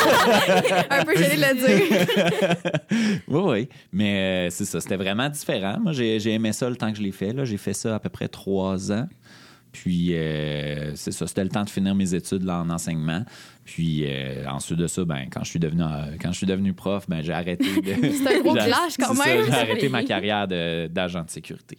S2: Un peu gêné de le dire.
S4: Oui, oui. Mais euh, c'est ça, c'était vraiment différent. Moi, j'ai, j'ai aimé ça le temps que je l'ai fait. Là. J'ai fait ça à peu près trois ans. Puis, euh, c'est ça, c'était le temps de finir mes études là, en enseignement. Puis, euh, ensuite de ça, ben, quand je suis devenu, euh, quand je suis devenu prof, ben, j'ai arrêté de...
S2: C'est un gros
S4: j'ai-
S2: clash quand
S4: c'est
S2: même.
S4: ça, j'ai arrêté ma carrière de- d'agent de sécurité.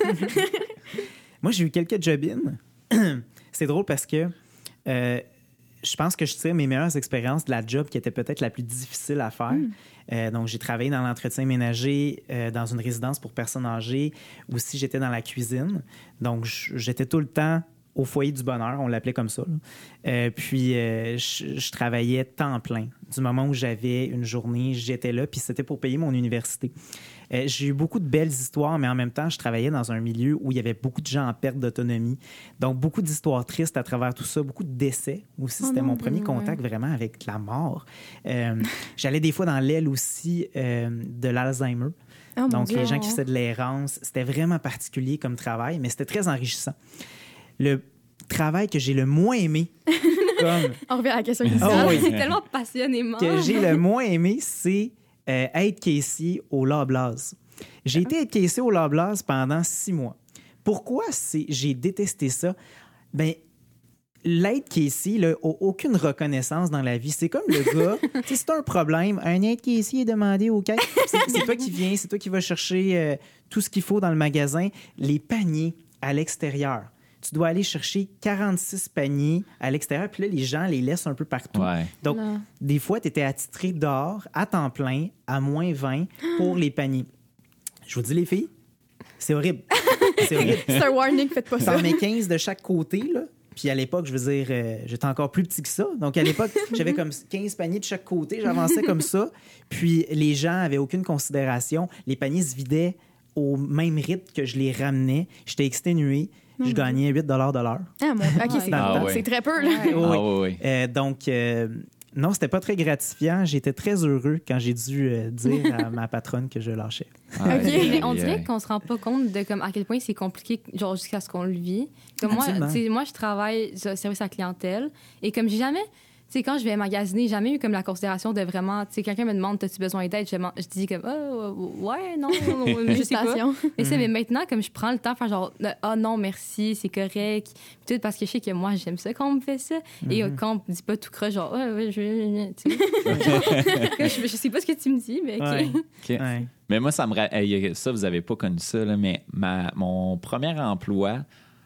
S1: Moi, j'ai eu quelques job-ins. C'est drôle parce que euh, je pense que je tire mes meilleures expériences de la job qui était peut-être la plus difficile à faire. Euh, donc, j'ai travaillé dans l'entretien ménager, euh, dans une résidence pour personnes âgées. Aussi, j'étais dans la cuisine. Donc, j- j'étais tout le temps au foyer du bonheur, on l'appelait comme ça. là. Euh, puis, euh, je, je travaillais temps plein. Du moment où j'avais une journée, j'étais là, puis c'était pour payer mon université. Euh, j'ai eu beaucoup de belles histoires, mais en même temps, je travaillais dans un milieu où il y avait beaucoup de gens en perte d'autonomie. Donc, beaucoup d'histoires tristes à travers tout ça, beaucoup de décès aussi.
S2: Oh
S1: C'était
S2: non,
S1: mon premier
S2: ouais.
S1: contact vraiment avec la mort. Euh, j'allais des fois dans l'aile aussi euh, de l'Alzheimer.
S2: Oh, mon
S1: Donc,
S2: Dieu.
S1: les gens qui faisaient de l'errance, c'était vraiment particulier comme travail, mais c'était très enrichissant. Le travail que j'ai le moins aimé, comme
S2: On revient à la question
S1: Oh,
S2: initiale.
S1: oui.
S3: C'est tellement passionnément.
S1: que j'ai le moins aimé, c'est euh, être caissier au Loblaws. J'ai été être caissier au Loblaws pendant six mois. Pourquoi c'est, j'ai détesté ça? Ben, l'être caissier n'a aucune reconnaissance dans la vie. C'est comme le gars, tu sais, c'est un problème. Un aide caissier est demandé au caisse. C'est, c'est toi qui viens, c'est toi qui vas chercher euh, tout ce qu'il faut dans le magasin. Les paniers à l'extérieur. Tu dois aller chercher quarante-six paniers à l'extérieur, puis là, les gens les laissent un peu partout.
S4: Ouais.
S1: Donc,
S3: Non.
S1: des fois, tu étais attitré dehors, à temps plein, à moins vingt, pour les paniers. Je vous dis, les filles, c'est horrible. C'est horrible.
S2: C'est un warning, faites pas ça.
S1: T'en mets quinze de chaque côté, là. Puis à l'époque, je veux dire, euh, j'étais encore plus petit que ça. Donc à l'époque, j'avais comme quinze paniers de chaque côté. J'avançais comme ça. Puis les gens avaient aucune considération. Les paniers se vidaient au même rythme que je les ramenais. J'étais exténué. Je gagnais huit dollars de l'heure.
S2: Ah, mon... OK, c'est,
S4: Ah, ouais.
S2: c'est très peu, là.
S3: Ouais.
S1: Oui,
S4: Ah,
S1: oui.
S4: oui, oui.
S1: Euh, donc, euh, non, c'était pas très gratifiant. J'étais très heureux quand j'ai dû euh, dire à ma patronne que je lâchais.
S4: Aïe,
S2: Ok.
S4: aïe,
S3: Mais on
S4: aïe,
S3: dirait
S4: aïe.
S3: qu'on se rend pas compte de comme à quel point c'est compliqué, genre jusqu'à ce qu'on le vit. Comme moi,
S1: Absolument.
S3: tu sais, moi, je travaille sur le service à la clientèle et comme j'ai jamais, tu sais, quand je vais magasiner, j'ai jamais eu comme la considération de vraiment, tu sais, quelqu'un me demande, t'as-tu besoin d'aide? Je, man- je dis comme, ah, ouais, non, non, je sais pas.
S2: Félicitations.
S3: Mais, c'est- mais maintenant, comme je prends le temps de faire genre, ah non, merci, c'est correct. Puis tout parce que je sais que moi, j'aime ça quand on me fait ça. Et euh, quand on me dit pas tout croche, genre, ouais, ouais, je, tu sais. je, je sais pas ce que tu me dis, mais OK.
S1: Ouais.
S4: OK.
S1: Ouais.
S4: Mais moi, ça me ra- hey, ça, vous avez pas connu ça, là, mais ma, mon premier emploi,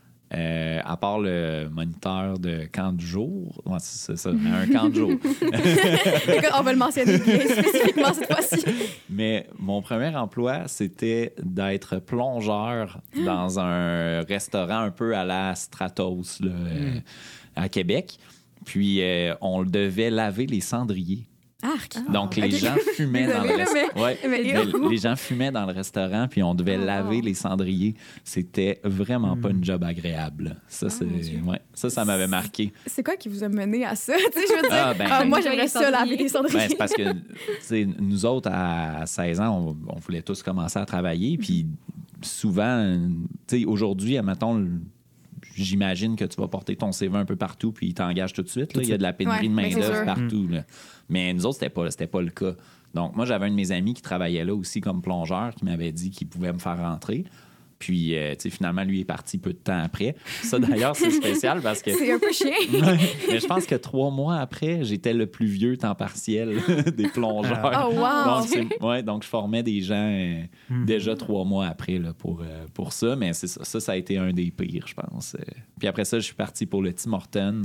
S4: euh, à part le moniteur de camp de jour, ouais, c'est ça, un camp de jour.
S2: Écoute, on va le mentionner bien spécifiquement cette fois-ci.
S4: Mais mon premier emploi, c'était d'être plongeur dans un restaurant un peu à la Stratos là, euh, à Québec. Puis, euh, on devait laver les cendriers.
S2: Arc.
S4: Donc, les
S2: Ok.
S4: gens fumaient dans le
S2: Désolée, là,
S4: restaurant.
S2: mais-
S4: Ouais.
S2: mais-
S4: Les, les gens fumaient dans le restaurant, puis on devait
S3: Oh,
S4: laver
S3: wow.
S4: les cendriers. C'était vraiment pas une job agréable. Ça, c'est,
S3: mon Dieu.
S4: ouais, ça, ça m'avait marqué.
S2: C'est quoi qui vous a mené à ça? Tu sais, je veux dire,
S4: Ah, ben-
S2: ah, moi,
S3: Nettoyer
S2: j'aimerais
S3: les
S2: ça, laver
S3: cendriers.
S2: des cendriers.
S4: Ben, c'est parce que, tu sais, nous autres, à seize ans, on, on voulait tous commencer à travailler. Puis souvent, tu sais, aujourd'hui, admettons, j'imagine que tu vas porter ton C V un peu partout, puis ils t'engagent tout de suite. Là. Il y a de la pénurie
S2: Ouais,
S4: de
S2: ben, c'est
S4: main-d'œuvre
S2: sûr.
S4: partout. Là. Mais nous autres, c'était pas, c'était pas le cas. Donc, moi, j'avais un de mes amis qui travaillait là aussi comme plongeur qui m'avait dit qu'il pouvait me faire rentrer. Puis, euh, tu sais, finalement, lui est parti peu de temps après. Ça, d'ailleurs, c'est spécial parce que.
S2: C'est un peu chiant.
S4: Mais je pense que trois mois après, j'étais le plus vieux temps partiel des plongeurs.
S2: Oh, wow.
S4: Donc, c'est- ouais, donc, je formais des gens euh, déjà trois mois après là, pour, euh, pour ça. Mais c'est ça, ça, ça a été un des pires, je pense. Euh, Puis après ça, je suis parti pour le Tim Hortons.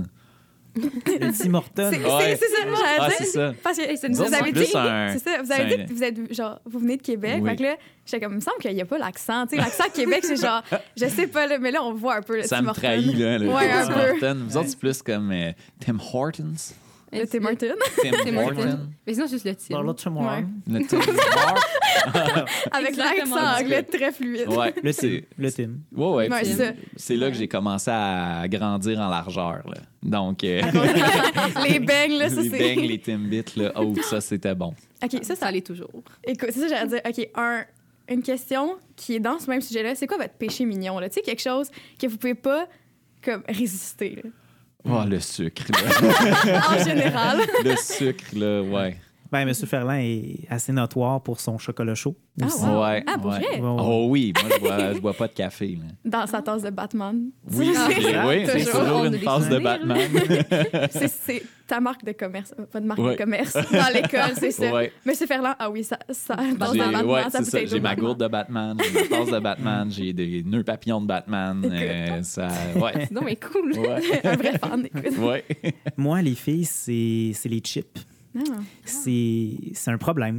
S1: Le Tim Hortons.
S2: C'est
S4: Ouais.
S2: c'est- c'est ça, moi, j'allais
S4: Ah,
S2: dire.
S4: c'est ça.
S2: Parce que
S3: c'est
S2: vous
S3: nous autres,
S2: avez
S4: c'est
S2: dit,
S4: plus un-
S2: c'est ça, vous avez
S4: c'est
S2: dit
S4: un-
S2: que vous êtes genre vous venez de Québec,
S4: Oui.
S2: fait que là j'étais comme il me semble qu'il n'y a pas l'accent, tu sais l'accent Québec c'est genre je sais pas là, mais là on voit un peu le
S4: Ça
S2: Tim
S4: me
S2: Hortons.
S4: trahit, là, le
S2: Ouais, un
S4: Tim
S2: peu.
S4: Hortons. Vous autres, c'est plus comme euh, Tim Hortons.
S2: Le Tim Hortons
S4: Tim
S3: Tim
S4: Hortons.
S3: Hortons. Mais sinon, juste le
S1: Bon, là,
S3: Tim.
S1: Tim Hortons.
S2: Ouais.
S4: Le Tim Hortons.
S2: avec
S3: Exactement.
S2: l'accent anglais très fluide.
S4: Ouais,
S1: Le
S4: c'est-
S1: Tim. Le Tim.
S4: Ouais, ouais,
S2: Ouais,
S4: puis
S2: c'est ça.
S4: c'est là que j'ai commencé à grandir en largeur. Là. Donc, euh,
S2: Les beignes là, ça
S4: les
S2: c'est.
S4: beignes, les Timbits, là, oh, ça, c'était bon.
S2: OK, ça
S3: Ça,
S2: ça
S3: ça l'est toujours.
S2: écoute, c'est ça j'allais dire. OK, un une question qui est dans ce même sujet là, c'est quoi votre péché mignon là, tu sais quelque chose que vous pouvez pas comme résister là.
S4: Oh, le sucre, là.
S2: En général.
S4: Le sucre, là, ouais.
S1: Ben, M. Ferland est assez notoire pour son chocolat chaud.
S2: Ah,
S1: aussi.
S2: wow.
S4: Ouais,
S2: Ah, pour
S4: ouais.
S2: vrai?
S1: Ouais, ouais.
S4: Oh oui, moi, je bois, je bois pas de café. Là.
S2: Dans sa tasse de Batman.
S4: Oui,
S2: C'est-
S4: c'est, oui, c'est
S2: toujours.
S4: toujours
S3: On
S4: une
S3: a des
S4: tasse de
S3: souvenirs,
S4: Batman.
S2: C'est- C'est ta marque de commerce, euh, pas de marque
S4: Ouais.
S2: de commerce. Dans l'école, c'est ça.
S4: Ouais.
S2: Monsieur Ferland, ah oui, ça, ça dans
S4: J'ai,
S2: un Batman,
S4: ouais,
S2: ça
S4: c'est
S2: peut
S4: ça.
S2: être
S4: J'ai
S2: un
S4: ma
S2: Batman.
S4: gourde de Batman, j'ai ma tasse de Batman, j'ai des nœuds papillons de Batman. euh, ça, ouais.
S3: Non, mais cool.
S4: Ouais.
S2: Un vrai fan, écoute.
S4: Ouais.
S1: Moi, les filles, c'est c'est les chips.
S2: Ah.
S1: C'est c'est un problème.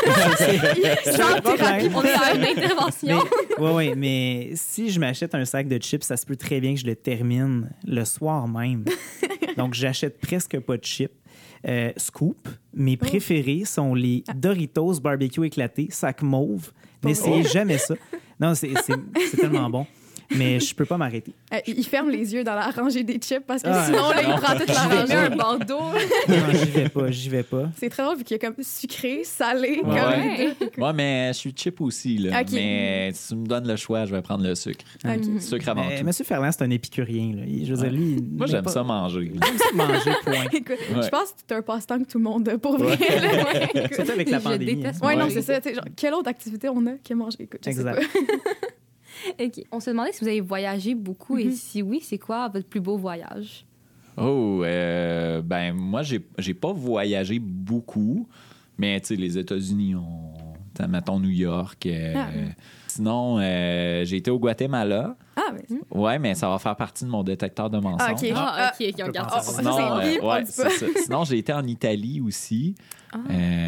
S2: Genre,
S1: un problème.
S3: On est à une intervention.
S1: Oui, oui, mais si je m'achète un sac de chips, ça se peut très bien que je le termine le soir même. Donc, j'achète presque pas de chips. Euh, Scoop, mes préférés sont les Doritos barbecue éclatés, sac mauve. N'essayez jamais ça. Non, c'est c'est- c'est tellement bon. Mais je peux pas m'arrêter.
S2: Euh, il ferme les yeux dans la rangée des chips parce que
S1: Ah,
S2: sinon, là, il
S4: non.
S2: prend toute la
S1: Je vais
S2: rangée.
S1: pas.
S2: un bandeau.
S1: Non, j'y vais pas, j'y vais pas.
S2: C'est très drôle vu qu'il y a comme sucré, salé,
S4: Ouais.
S2: comme
S3: Ouais.
S2: les deux.
S4: Ouais, mais je suis chip aussi. Là.
S2: Ok.
S4: Mais si tu me donnes le choix, je vais prendre le sucre.
S2: Ok.
S4: Sucre avant
S1: Mais
S4: tout.
S1: Monsieur Ferland, c'est un épicurien. Là. Il- Je veux dire, lui, il-
S4: Moi,
S1: il
S4: j'aime
S1: pas-
S4: ça manger.
S1: Il aime ça manger, point.
S2: Écoute,
S4: Ouais.
S2: je pense que c'est un passe-temps que tout le monde a pour vrai. là. Ouais, écoute.
S1: Surtout avec la
S3: Je
S1: pandémie.
S3: déteste
S1: hein.
S2: Ouais, non,
S4: Ouais.
S2: c'est ça. tu sais, genre, quelle autre activité on a que manger? Écoute, je sais
S1: Exact.
S2: pas.
S3: OK. On se demandait si vous avez voyagé beaucoup
S2: Mhm.
S3: et si oui, c'est quoi votre plus beau voyage?
S4: Oh, euh, ben, moi, j'ai, j'ai pas voyagé beaucoup, mais tu sais, les États-Unis, on. t'as, mettons New York. euh,
S2: Ah.
S4: Sinon, euh, j'ai été au Guatemala.
S2: Ah, mais
S4: Ouais, mais ça va faire partie de mon détecteur de mensonges.
S2: Ah, ok.
S3: Ah, OK, OK, on
S1: peux
S3: regarde
S1: penser
S3: ça.
S1: à
S2: Sinon,
S1: ça.
S2: c'est
S4: euh,
S2: bip, on
S4: ouais,
S2: le dit
S4: c'est
S2: pas.
S4: ça. Sinon, j'ai été en Italie aussi.
S3: Ah.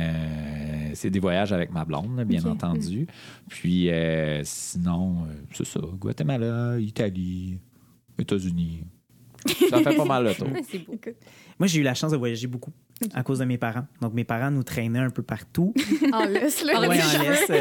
S4: Euh, c'est des voyages avec ma blonde, là, bien
S2: Ok.
S4: entendu. Puis euh, sinon, euh, c'est ça. Guatemala, Italie, États-Unis. Ça fait pas mal le tour.
S3: Ouais, c'est beau.
S2: écoute.
S1: Moi, j'ai eu la chance de voyager beaucoup à cause de mes parents. Donc, mes parents nous traînaient un peu partout.
S2: En laisse, là.
S3: Ah,
S1: Ouais,
S3: les
S1: en
S3: cheveux.
S1: laisse.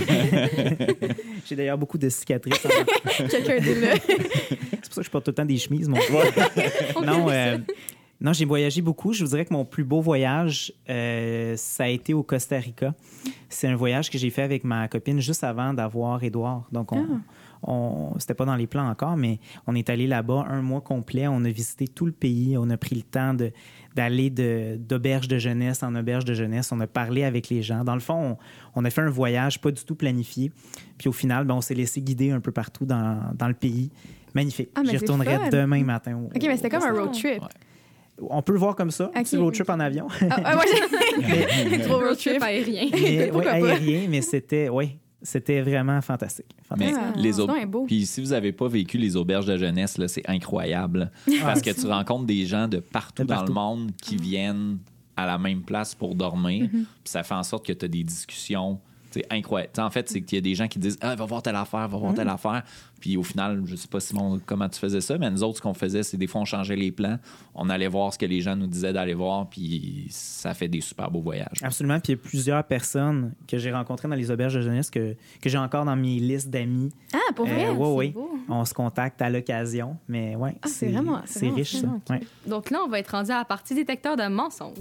S1: euh, J'ai d'ailleurs beaucoup de cicatrices. en-
S2: Quelqu'un de là.
S1: C'est pour ça que je porte tout le temps des chemises. Mon... non, euh, non, j'ai voyagé beaucoup. Je vous dirais que mon plus beau voyage, euh, ça a été au Costa Rica. C'est un voyage que j'ai fait avec ma copine juste avant d'avoir Édouard. Donc, on, on, c'était pas dans les plans encore, mais on est allé là-bas un mois complet. On a visité tout le pays. On a pris le temps de, d'aller de, d'auberge de jeunesse en auberge de jeunesse. On a parlé avec les gens. Dans le fond, on, on a fait un voyage pas du tout planifié. Puis au final, ben, on s'est laissé guider un peu partout dans, dans le pays. Magnifique.
S2: Ah, mais
S1: J'y
S2: c'est
S1: retournerai
S2: fun.
S1: demain matin. au-
S2: OK, mais c'était comme un
S3: ça.
S2: road trip.
S4: Ouais.
S1: On peut le voir comme ça, un petit
S2: Ok.
S1: road trip en avion.
S2: Ah, ah, ouais, trop road trip.
S3: aérien.
S1: mais, ouais,
S2: Pourquoi pas?
S1: aérien, mais c'était, ouais, c'était vraiment fantastique.
S4: Mais
S1: fantastique.
S2: Ah,
S4: les
S2: sinon,
S4: aub-
S2: elle est beau.
S4: Puis si vous n'avez pas vécu les auberges de jeunesse, là, c'est incroyable. Parce que tu rencontres des gens de partout
S1: De
S4: dans
S1: partout.
S4: le monde qui viennent à la même place pour dormir. Puis ça fait en sorte que tu as des discussions C'est incroyable. T'sais, en fait, c'est qu'il y a des gens qui disent « Ah, va voir telle affaire, va voir mmh. telle affaire. » Puis au final, je sais pas, Simon, comment tu faisais ça, mais nous autres, ce qu'on faisait, c'est des fois, on changeait les plans. On allait voir ce que les gens nous disaient d'aller voir, puis ça fait des super beaux voyages.
S1: Absolument. Puis il y a plusieurs personnes que j'ai rencontrées dans les auberges de jeunesse que, que j'ai encore dans mes listes d'amis.
S2: Ah, pour vrai?
S1: Euh, oui, oui.
S2: Beau.
S1: On se contacte à l'occasion, mais ouais,
S2: ah, c'est, c'est, vraiment,
S1: c'est,
S2: c'est vraiment
S1: riche, ça.
S3: Okay.
S1: Ouais.
S3: Donc là, on va être rendu à la partie détecteur de mensonges.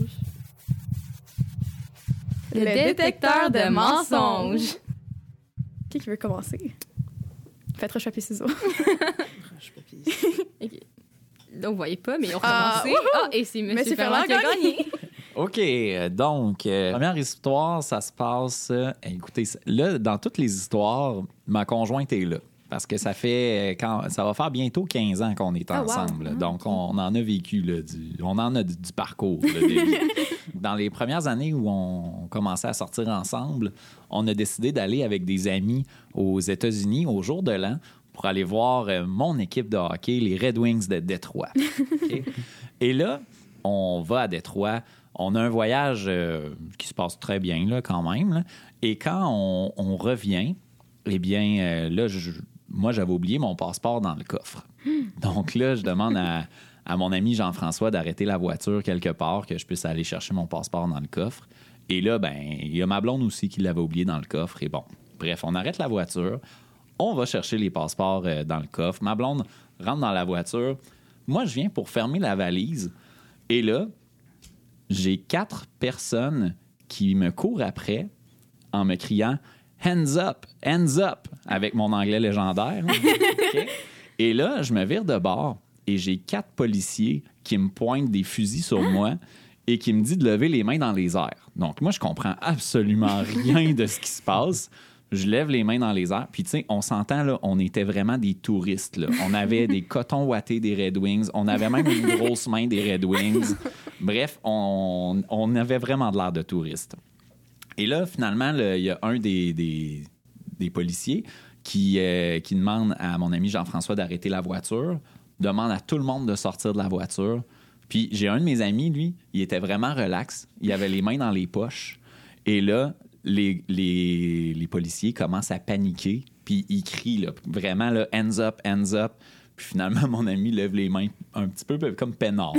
S2: Le, Le détecteur, détecteur de mensonges. Qui veut commencer? Faites roche, papier, ciseaux.
S1: Roche, papier, ciseaux.
S3: Okay. Donc, vous voyez pas, mais on
S2: ah,
S3: commence. Ah, et c'est M. Ferland qui a gagné.
S4: OK. Donc, euh, première histoire, ça se passe... Euh, écoutez, là, dans toutes les histoires, ma conjointe est là. Parce que ça fait... Quand, ça va faire bientôt quinze ans qu'on est ensemble. Oh, wow. Donc, on, on en a vécu, là, du, on en a du, du parcours. Là, des, dans les premières années où on commençait à sortir ensemble, on a décidé d'aller avec des amis aux États-Unis au jour de l'an pour aller voir euh, mon équipe de hockey, les Red Wings de Détroit. Okay? Et là, on va à Détroit. On a un voyage euh, qui se passe très bien, là, quand même. Là. Et quand on, on revient, eh bien, euh, là, je, moi, j'avais oublié mon passeport dans le coffre. Donc là, je demande à, à mon ami Jean-François d'arrêter la voiture quelque part, que je puisse aller chercher mon passeport dans le coffre. Et là, ben, il y a ma blonde aussi qui l'avait oublié dans le coffre. Et bon, bref, on arrête la voiture. On va chercher les passeports euh, dans le coffre. Ma blonde rentre dans la voiture. Moi, je viens pour fermer la valise. Et là, j'ai quatre personnes qui me courent après en me criant « Hands up! Hands up! » avec mon anglais légendaire. Okay? Et là, je me vire de bord et j'ai quatre policiers qui me pointent des fusils sur moi et qui me disent de lever les mains dans les airs. Donc, moi, je comprends absolument rien de ce qui se passe. Je lève les mains dans les airs. Puis, tu sais, on s'entend, là, on était vraiment des touristes. Là. On avait des cotons ouatés des Red Wings. On avait même une grosse main des Red Wings. Bref, on, on avait vraiment de l'air de touristes. Et là, finalement, il y a un des, des, des policiers qui, euh, qui demande à mon ami Jean-François d'arrêter la voiture, demande à tout le monde de sortir de la voiture. Puis, j'ai un de mes amis, lui, il était vraiment relax. Il avait les mains dans les poches. Et là, Les, les, les policiers commencent à paniquer, puis ils crient, là, vraiment, là, « hands up, hands up ». Puis finalement, mon ami lève les mains un petit peu comme peinard.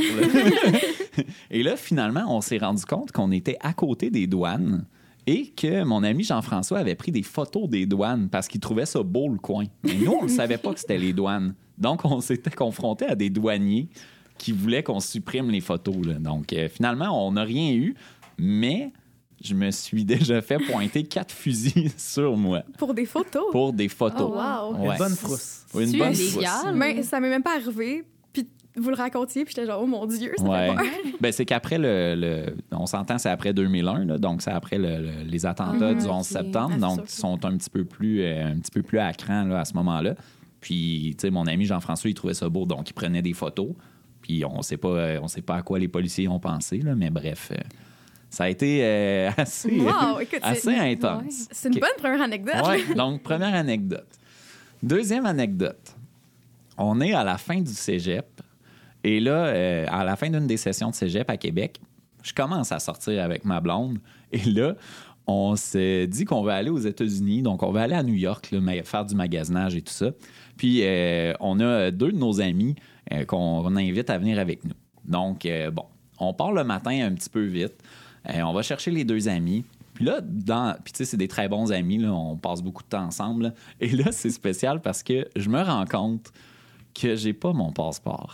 S4: Là. Et là, finalement, on s'est rendu compte qu'on était à côté des douanes et que mon ami Jean-François avait pris des photos des douanes parce qu'il trouvait ça beau, le coin. Mais nous, on ne savait pas que c'était les douanes. Donc, on s'était confrontés à des douaniers qui voulaient qu'on supprime les photos. Là. Donc, euh, finalement, on n'a rien eu, mais... je me suis déjà fait pointer quatre fusils sur moi.
S2: Pour des photos?
S4: Pour des photos.
S2: Oh, wow.
S1: Ouais. Une bonne frousse.
S4: Oui, une
S3: tu
S4: bonne
S3: légal?
S4: frousse.
S2: Mais ça m'est même pas arrivé. Puis vous le racontiez, puis j'étais genre, oh mon Dieu, ça
S4: ouais.
S2: fait peur.
S4: Ben, c'est qu'après le, le... On s'entend, c'est après deux mille un, là, donc c'est après le, le, les attentats
S2: mmh,
S4: du onze
S2: okay.
S4: septembre.
S2: Ah,
S4: donc, ils sont un petit peu plus, euh, un petit peu plus à cran là, à ce moment-là. Puis, tu sais, mon ami Jean-François, il trouvait ça beau, donc il prenait des photos. Puis, on sait pas, on sait pas à quoi les policiers ont pensé, là, mais bref... Euh... Ça a été euh, assez,
S2: wow, écoute,
S4: assez
S2: c'est...
S4: intense.
S2: Ouais. C'est une okay. bonne première anecdote.
S4: Oui, donc première anecdote. Deuxième anecdote. On est à la fin du cégep. Et là, euh, à la fin d'une des sessions de cégep à Québec, je commence à sortir avec ma blonde. Et là, on s'est dit qu'on va aller aux États-Unis. Donc, on va aller à New York, là, faire du magasinage et tout ça. Puis, euh, on a deux de nos amis euh, qu'on invite à venir avec nous. Donc, euh, bon, on part le matin un petit peu vite. Euh, on va chercher les deux amis. Puis là, dans... puis tu sais, c'est des très bons amis. Là, on passe beaucoup de temps ensemble. Là. Et là, c'est spécial parce que je me rends compte que j'ai pas mon passeport.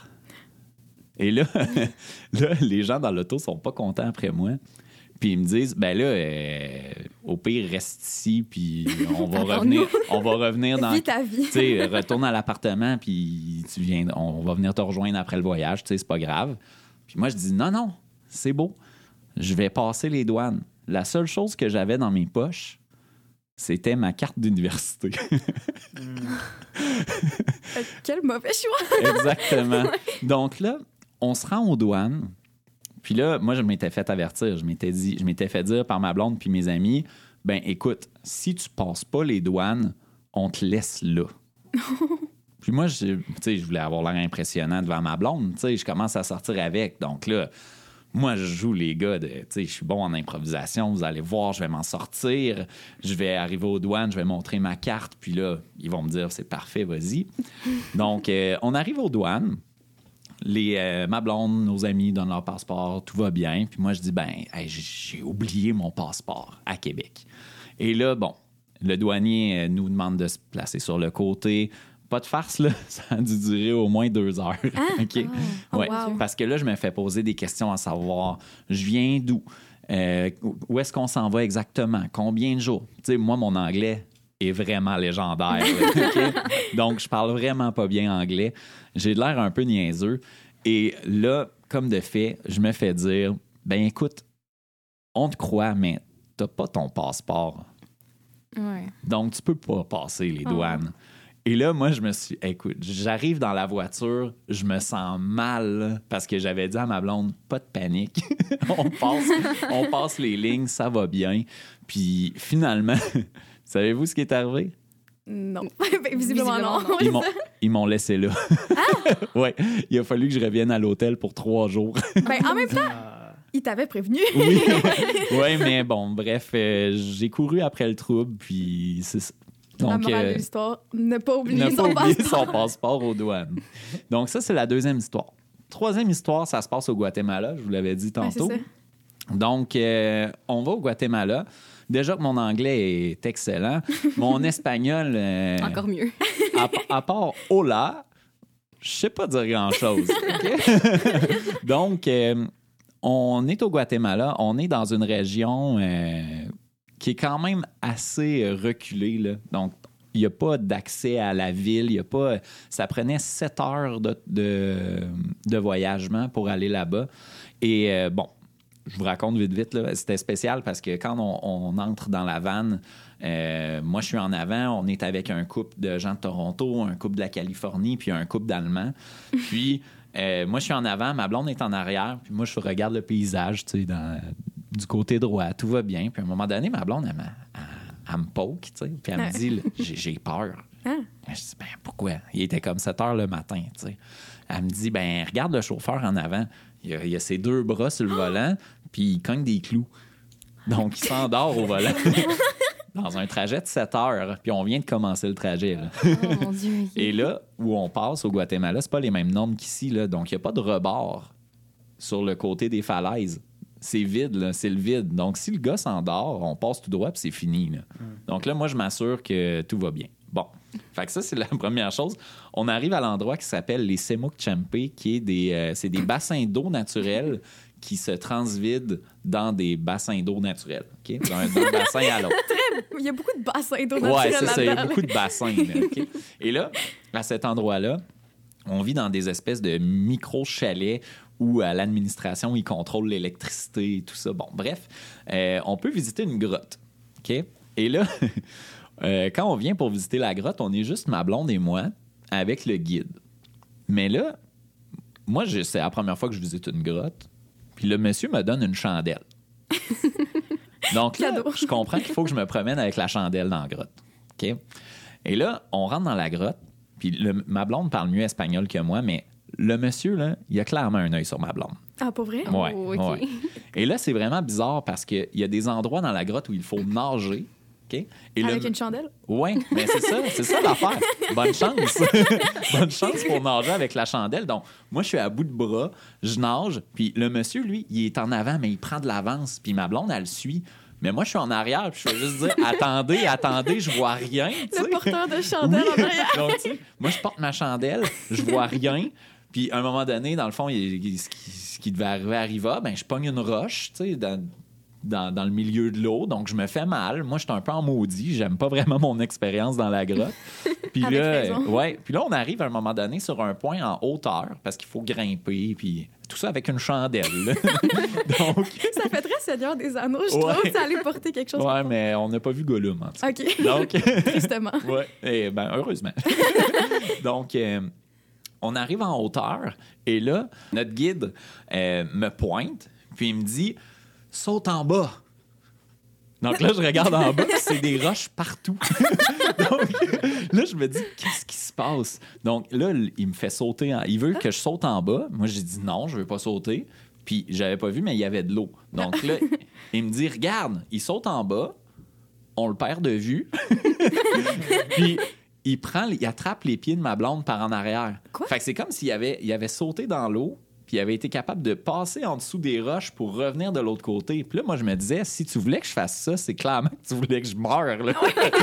S4: Et là, là les gens dans l'auto sont pas contents après moi. Puis ils me disent, ben là, euh, au pire, reste ici, puis on va revenir, on va revenir dans...
S2: Vis ta vie.
S4: Tu sais, retourne à l'appartement, puis tu viens, on va venir te rejoindre après le voyage. Tu sais, c'est pas grave. Puis moi, je dis, non, non, c'est beau. Je vais passer les douanes. La seule chose que j'avais dans mes poches, c'était ma carte d'université.
S2: Quel mauvais choix!
S4: Exactement. Donc là, on se rend aux douanes. Puis là, moi, je m'étais fait avertir. Je m'étais dit, je m'étais fait dire par ma blonde puis mes amis, ben écoute, si tu passes pas les douanes, on te laisse là. Puis moi, je, je voulais avoir l'air impressionnant devant ma blonde. Je commence à sortir avec. Donc là, moi, je joue les gars de, tu sais, je suis bon en improvisation, vous allez voir, je vais m'en sortir, je vais arriver aux douanes, je vais montrer ma carte, puis là, ils vont me dire, c'est parfait, vas-y. Donc, euh, on arrive aux douanes, les, euh, ma blonde, nos amis donnent leur passeport, tout va bien, puis moi, je dis, ben, hey, j'ai oublié mon passeport à Québec. Et là, bon, le douanier euh, nous demande de se placer sur le côté. Pas de farce, là. Ça a dû durer au moins deux heures.
S2: Ah,
S4: OK?
S2: oh,
S4: Ouais.
S2: wow.
S4: Parce que là, je me fais poser des questions à savoir, je viens d'où? Euh, où est-ce qu'on s'en va exactement? Combien de jours? Tu sais, moi, mon anglais est vraiment légendaire. Là, OK? Donc, je parle vraiment pas bien anglais. J'ai l'air un peu niaiseux. Et là, comme de fait, je me fais dire, ben écoute, on te croit, mais t'as pas ton passeport.
S3: Ouais.
S4: Donc, tu peux pas passer les douanes. Oh. Et là, moi, je me suis... Écoute, j'arrive dans la voiture, je me sens mal là, parce que j'avais dit à ma blonde, pas de panique. on, passe, on passe les lignes, ça va bien. Puis finalement, savez-vous ce qui est arrivé?
S2: Non. Visiblement, non.
S4: Ils m'ont, ils m'ont laissé là. Ah! Oui, il a fallu que je revienne à l'hôtel pour trois jours.
S2: Ben, en même temps... Il t'avait prévenu.
S4: Oui, ouais, mais bon, bref, euh, j'ai couru après le trouble, puis c'est ça. Donc,
S2: la morale
S4: euh,
S2: de l'histoire, ne pas oublier,
S4: ne
S2: son,
S4: pas oublier
S2: passeport.
S4: son passeport aux douanes. Donc, ça, c'est la deuxième histoire. Troisième histoire, ça se passe au Guatemala, je vous l'avais dit tantôt.
S2: Ouais,
S4: Donc, euh, on va au Guatemala. Déjà que mon anglais est excellent, mon espagnol... Euh,
S3: encore mieux.
S4: à, à part « hola », je sais pas dire grand-chose. Okay? Donc... Euh, on est au Guatemala, on est dans une région euh, qui est quand même assez reculée, là. Donc, il n'y a pas d'accès à la ville, il y a pas... Ça prenait sept heures de, de, de voyagement pour aller là-bas. Et euh, bon, je vous raconte vite, vite, là, c'était spécial parce que quand on, on entre dans la vanne, euh, moi, je suis en avant, on est avec un couple de gens de Toronto, un couple de la Californie, puis un couple d'Allemands. Puis... Euh, moi, je suis en avant, ma blonde est en arrière, puis moi, je regarde le paysage, tu sais, dans, du côté droit, tout va bien. Puis à un moment donné, ma blonde, elle, elle, elle me poke, tu sais, puis elle me dit, j'ai, j'ai peur. Ah. Je dis, ben pourquoi? Il était comme sept heures le matin, tu sais. Elle me dit, ben regarde le chauffeur en avant, il a, il a ses deux bras sur le volant, puis il cogne des clous. Donc, il s'endort au volant. Dans un trajet de sept heures, puis on vient de commencer le trajet. Là.
S3: Oh, mon Dieu.
S4: Et là, où on passe au Guatemala, c'est pas les mêmes normes qu'ici, là, donc il n'y a pas de rebord sur le côté des falaises. C'est vide, là, c'est le vide. Donc, si le gars s'endort, on passe tout droit, puis c'est fini. Là. Mm. Donc là, moi, je m'assure que tout va bien. Bon, fait que ça, c'est la première chose. On arrive à l'endroit qui s'appelle les Semuc Champe, qui est des, euh, c'est des bassins d'eau naturels qui se transvident dans des bassins d'eau naturels, OK? D'un, d'un bassin à l'autre.
S2: Il y a beaucoup de bassins d'eau naturels.
S4: Oui, c'est ça. Il y a
S2: là-dedans.
S4: beaucoup de bassins. Là, OK? Et là, à cet endroit-là, on vit dans des espèces de micro-chalets où à l'administration, ils contrôlent l'électricité et tout ça. Bon, bref, euh, on peut visiter une grotte, OK? Et là, euh, quand on vient pour visiter la grotte, on est juste ma blonde et moi avec le guide. Mais là, moi, je, c'est la première fois que je visite une grotte. Puis le monsieur me donne une chandelle. Donc là,
S2: Cadeau.
S4: je comprends qu'il faut que je me promène avec la chandelle dans la grotte. OK? Et là, on rentre dans la grotte, puis le, ma blonde parle mieux espagnol que moi, mais le monsieur, là, il a clairement un œil sur ma blonde.
S2: Ah, pas vrai?
S4: Ouais,
S3: Oh, OK.
S4: ouais. Et là, c'est vraiment bizarre parce qu'il y a des endroits dans la grotte où il faut nager. OK? Et
S2: Avec
S4: le...
S2: une chandelle?
S4: Oui, mais c'est ça, c'est ça l'affaire. Bonne chance. Bonne chance pour nager avec la chandelle. Donc, moi, je suis à bout de bras, je nage, puis le monsieur, lui, il est en avant, mais il prend de l'avance, puis ma blonde, elle le suit. Mais moi, je suis en arrière, puis je fais juste dire « Attendez, attendez, je vois rien. »
S2: Le porteur de chandelle
S4: Oui.
S2: en arrière.
S4: Donc, tu sais, moi, je porte ma chandelle, je vois rien, puis à un moment donné, dans le fond, il, il, ce, qui, ce qui devait arriver arriva, ben je pogne une roche, tu sais, dans... Dans, dans le milieu de l'eau, donc je me fais mal. Moi, je suis un peu en maudit. J'aime pas vraiment mon expérience dans la grotte. Puis
S2: Avec
S4: là,
S2: raison.
S4: ouais. Puis là, on arrive à un moment donné sur un point en hauteur parce qu'il faut grimper, puis tout ça avec une chandelle. donc,
S2: Ça fait très Seigneur des Anneaux, je
S4: Ouais.
S2: trouve, que ça allait porter quelque chose.
S4: ouais, mais on n'a pas vu Gollum. En tout cas.
S2: OK.
S4: Donc,
S2: Tristement.
S4: ouais. Et ben heureusement. donc. Euh, on arrive en hauteur et là, notre guide euh, me pointe, puis il me dit « Saute en bas ». Donc là, je regarde en bas, puis c'est des roches partout. Donc là, je me dis « Qu'est-ce qui se passe? » Donc là, il me fait sauter. En... Il veut que je saute en bas. Moi, j'ai dit « Non, je veux pas sauter. » Puis j'avais pas vu, mais il y avait de l'eau. Donc là, il me dit, regarde, il saute en bas, on le perd de vue. Puis il prend, il attrape les pieds de ma blonde par en arrière.
S2: Quoi?
S4: Fait que c'est comme s'il avait, il avait sauté dans l'eau, puis il avait été capable de passer en dessous des roches pour revenir de l'autre côté. Puis là, moi, je me disais, si tu voulais que je fasse ça, c'est clairement que tu voulais que je meure. Là.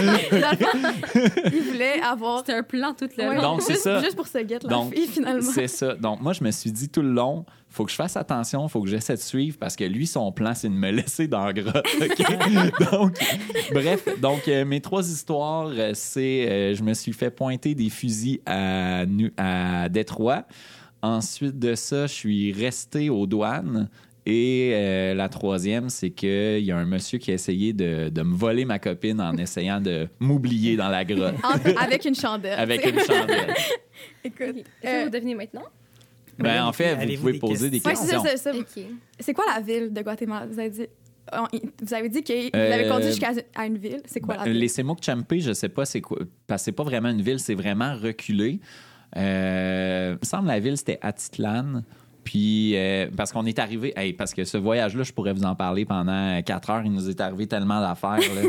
S2: Il voulait avoir...
S3: C'était un plan tout le
S2: Ouais,
S3: long.
S4: Donc, c'est
S2: juste,
S4: ça.
S2: juste pour se guette la
S4: Donc,
S2: fille, finalement.
S4: C'est ça. Donc, moi, je me suis dit tout le long, faut que je fasse attention, faut que j'essaie de suivre parce que lui, son plan, c'est de me laisser dans la grotte. OK? donc, bref, donc, euh, mes trois histoires, euh, c'est euh, je me suis fait pointer des fusils à, Nu- à Détroit. Ensuite de ça, je suis resté aux douanes. Et euh, la troisième, c'est qu'il y a un monsieur qui a essayé de, de me voler ma copine en essayant de m'oublier dans la grotte.
S2: En- avec une chandelle.
S4: Avec
S2: t'sais.
S4: une chandelle.
S2: Écoute,
S3: Est-ce que
S2: euh,
S3: vous devinez maintenant?
S4: Ben, en fait, vous
S1: Avez-vous
S4: pouvez
S1: des
S4: poser des
S2: ouais, c'est
S4: questions.
S2: ça, c'est ça.
S3: OK.
S2: C'est quoi la ville de Guatemala? Vous avez dit, on- vous avez dit qu'il avait
S4: Euh,
S2: conduit jusqu'à à une ville. C'est quoi
S4: Ben,
S2: la ville?
S4: les Semouk Champé, je sais pas c'est quoi, parce que c'est pas vraiment une ville, c'est vraiment reculé. Euh, il me semble que la ville, c'était Atitlan. Puis, euh, parce qu'on est arrivé, hey, parce que ce voyage-là, je pourrais vous en parler pendant quatre heures. Il nous est arrivé tellement d'affaires. là.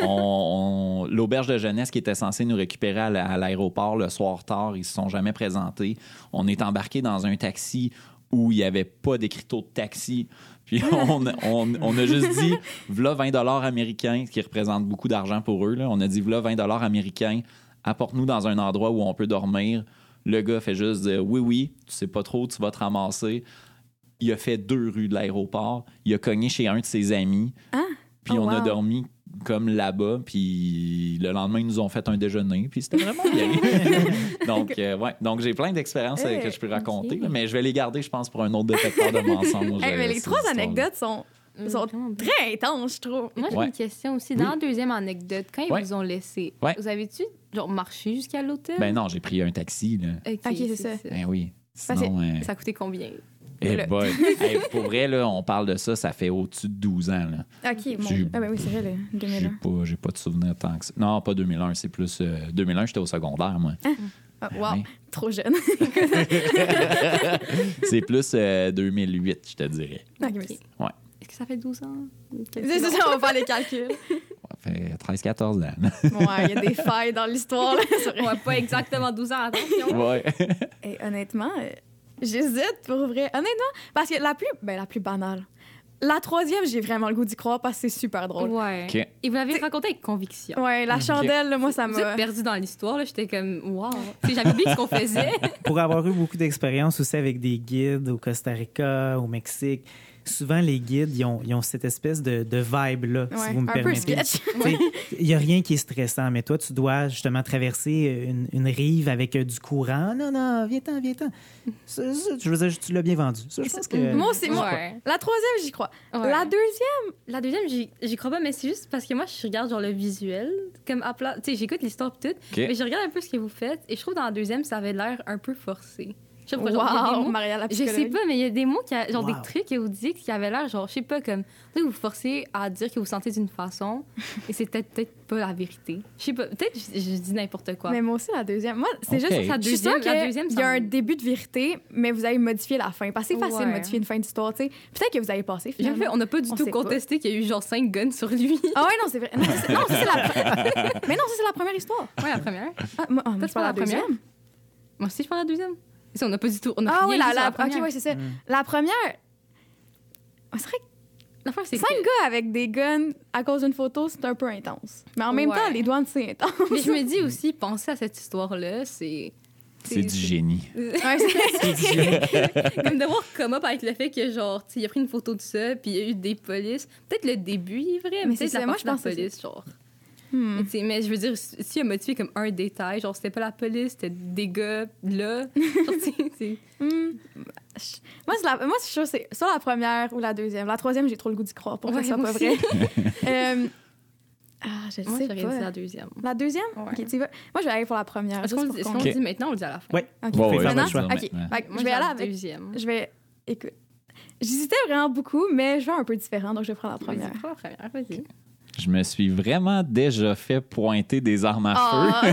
S4: on, on- l'auberge de jeunesse qui était censée nous récupérer à, la- à l'aéroport le soir tard, ils se sont jamais présentés. On est embarqué dans un taxi où il n'y avait pas d'écriteau de taxi. Puis on, on, on a juste dit, v'là vingt dollars américains, ce qui représente beaucoup d'argent pour eux. Là. On a dit, v'là vingt dollars américains, apporte-nous dans un endroit où on peut dormir. Le gars fait juste dire, oui, oui, tu sais pas trop, tu vas te ramasser. Il a fait deux rues de l'aéroport. Il a cogné chez un de ses amis.
S2: Ah?
S4: Puis
S2: Oh,
S4: on a
S2: wow.
S4: dormi comme là-bas. Puis le lendemain, ils nous ont fait un déjeuner. Puis c'était vraiment bien. donc, euh, ouais. Donc, j'ai plein d'expériences euh,
S2: Hey,
S4: que je peux raconter.
S3: ok.
S4: là, mais je vais les garder, je pense, pour un autre détecteur de mensonges.
S2: Hey, mais
S4: euh,
S2: les
S4: ces
S2: trois
S4: histoires-là.
S2: anecdotes sont, sont
S3: Vraiment bien.
S2: très intenses, je trouve.
S3: Moi, j'ai
S4: Ouais.
S3: une question aussi. Dans la deuxième anecdote, quand ils
S4: Ouais.
S3: vous ont laissé,
S4: Ouais.
S3: vous avez-tu genre marché jusqu'à l'hôtel?
S4: Ben non, j'ai pris un taxi. Là.
S3: OK,
S2: Ok, c'est ça.
S4: Ben oui.
S2: Parce
S4: Sinon, euh,
S3: Ça a coûté combien?
S4: eh
S2: Le-
S4: boy. Hey, pour vrai, là, on parle de ça, ça fait au-dessus de douze ans. Là.
S2: OK, bon.
S4: J'ai-
S2: Ah ben oui, c'est vrai, le deux mille
S4: J'ai
S2: un.
S4: pas, j'ai pas de souvenir tant que ça. Non, pas deux mille un, c'est plus... euh, deux mille un, j'étais au secondaire, moi.
S2: Ah, wow,
S4: oui.
S2: trop jeune.
S4: C'est plus euh, deux mille huit, je te dirais.
S2: Ok,
S3: Ok.
S2: merci.
S4: Ouais.
S3: Est-ce que ça fait douze ans?
S2: C'est ça, on va faire les calculs.
S4: Ça fait treize quatorze ans.
S2: Ouais, il y a des failles dans l'histoire, là. c'est vrai.
S3: Ouais, pas exactement douze ans, attention.
S4: ouais.
S2: Et honnêtement, euh, j'hésite pour vrai. Honnêtement, parce que la plus, ben, la plus banale. La troisième, j'ai vraiment le goût d'y croire parce que c'est super drôle.
S3: Ouais.
S4: OK.
S3: Et vous l'avez raconté avec conviction.
S2: Ouais, la chandelle, là, moi, ça
S3: Vous êtes
S2: m'a...
S3: perdu dans l'histoire, là. J'étais comme, wow. Tu sais, j'avais oublié ce qu'on faisait.
S1: Pour avoir eu beaucoup d'expérience aussi avec des guides au Costa Rica, au Mexique, souvent les guides, ils ont, ils ont cette espèce de, de vibe-là,
S2: Ouais,
S1: si vous me
S2: un peu
S1: permettez.
S2: sketch.
S1: Il n'y a rien qui est stressant, mais toi, tu dois justement traverser une, une rive avec euh, du courant. Non, non, viens-t'en, viens-t'en. Ça, ça, je veux dire, tu l'as bien vendu. Ça, je pense que...
S2: Moi aussi, moi,
S3: Ouais.
S2: la troisième, j'y crois.
S3: Ouais.
S2: La deuxième,
S3: La deuxième, j'y, j'y crois pas, mais c'est juste parce que moi, je regarde genre le visuel, comme à plat. Tu sais, j'écoute l'histoire pis tout, mais je regarde un peu ce que vous faites, et je trouve dans la deuxième, ça avait l'air un peu forcé. Je sais pas, genre, il y a des
S2: wow,
S3: mots-
S2: Maria la
S3: Je sais
S2: psychologue.
S3: pas, mais il y a des mots, qui a- genre
S1: Wow.
S3: des trucs que vous dites qui avaient l'air, genre, je sais pas, comme, tu sais, vous forcez à dire que vous sentez d'une façon, et c'est peut-être, peut-être pas la vérité. Je sais pas, peut-être je, je dis n'importe quoi.
S2: Mais moi aussi, la deuxième. Moi, c'est
S4: Ok.
S2: juste
S3: La
S2: la
S3: deuxième-
S2: deuxième.
S3: la deuxième,
S2: Il y a
S3: ça
S2: un
S3: me-
S2: début de vérité, mais vous avez modifié la fin. Parce que c'est facile de
S3: Ouais.
S2: modifier une fin d'histoire, tu sais. Peut-être que vous avez passé,
S3: J'ai
S2: finalement.
S3: fait, on n'a pas du
S2: On
S3: tout
S2: sait pas.
S3: contesté qu'il y a eu genre cinq guns sur lui.
S2: Ah ouais, non, c'est vrai. Non, ça, c'est, non, ça, c'est la... mais non, ça, c'est la première histoire.
S3: Ouais, la première.
S2: Ah, moi, ah, moi,
S3: Toi,
S2: je parle de la
S3: première?
S2: deuxième.
S3: Moi aussi, je prends la deuxième. Ça, on n'a pas du tout. On a
S2: Ah
S3: rien
S2: oui,
S3: dit
S2: la,
S3: sur
S2: la,
S3: la
S2: OK,
S3: première.
S2: ouais, c'est ça.
S1: Mm.
S2: La première... On serait
S3: L'affaire, c'est
S2: cinq
S3: que-
S2: gars avec des guns à cause d'une photo, c'est un peu intense. Mais en même
S3: Ouais.
S2: temps, les douanes, c'est intense.
S3: Mais je me dis aussi, penser à cette histoire-là, c'est.
S4: C'est du génie.
S2: Ouais, c'est-
S3: Comme de voir come up avec le fait que, genre, tu sais, il a pris une photo de ça, puis il y a eu des polices. Peut-être le début, il est vrai, mais,
S2: Mais c'est
S3: peut-être
S2: ça,
S3: la
S2: moi,
S3: partie
S2: je pense
S3: de la
S2: que
S3: police, genre.
S2: Hmm.
S3: Mais, tu sais, mais je veux dire, s'il a motivé comme un détail, genre, c'était pas la police, c'était des gars là. Genre, tu sais, c'est-
S2: Hmm. Je- Moi, c'est la... Moi, je suis sûre que c'est soit la première ou la deuxième. La troisième, j'ai trop le goût d'y croire pour que
S3: Ouais,
S2: ça soit
S3: moi
S2: pas vrai.
S3: aussi.
S2: Euh, Ah, je
S3: Moi,
S2: sais
S3: j'aurais
S2: pas.
S3: dit la deuxième.
S2: La deuxième?
S3: Ouais.
S2: Ok, tu y vas. Moi, je vais aller pour la première.
S3: Est-ce
S2: juste
S3: qu'on
S2: pour
S3: est-ce
S2: qu'on-
S3: qu'on
S4: Ok.
S3: le dit maintenant ou on le dit à la fin?
S1: Oui.
S2: Ok.
S1: Vous pouvez
S4: Ouais,
S1: faire
S4: ouais,
S1: votre choix.
S2: Ok.
S4: Ouais.
S2: Fait que
S3: Moi,
S2: je vais
S3: j'ai
S2: aller
S3: la
S2: avec.
S3: deuxième.
S2: Je vais. Écoute. J'hésitais vraiment beaucoup, mais je vais un peu différent, donc je vais prendre la première.
S3: Vas-y, prends la première, vas-y.
S4: je me suis vraiment déjà fait pointer des armes à
S2: Ah,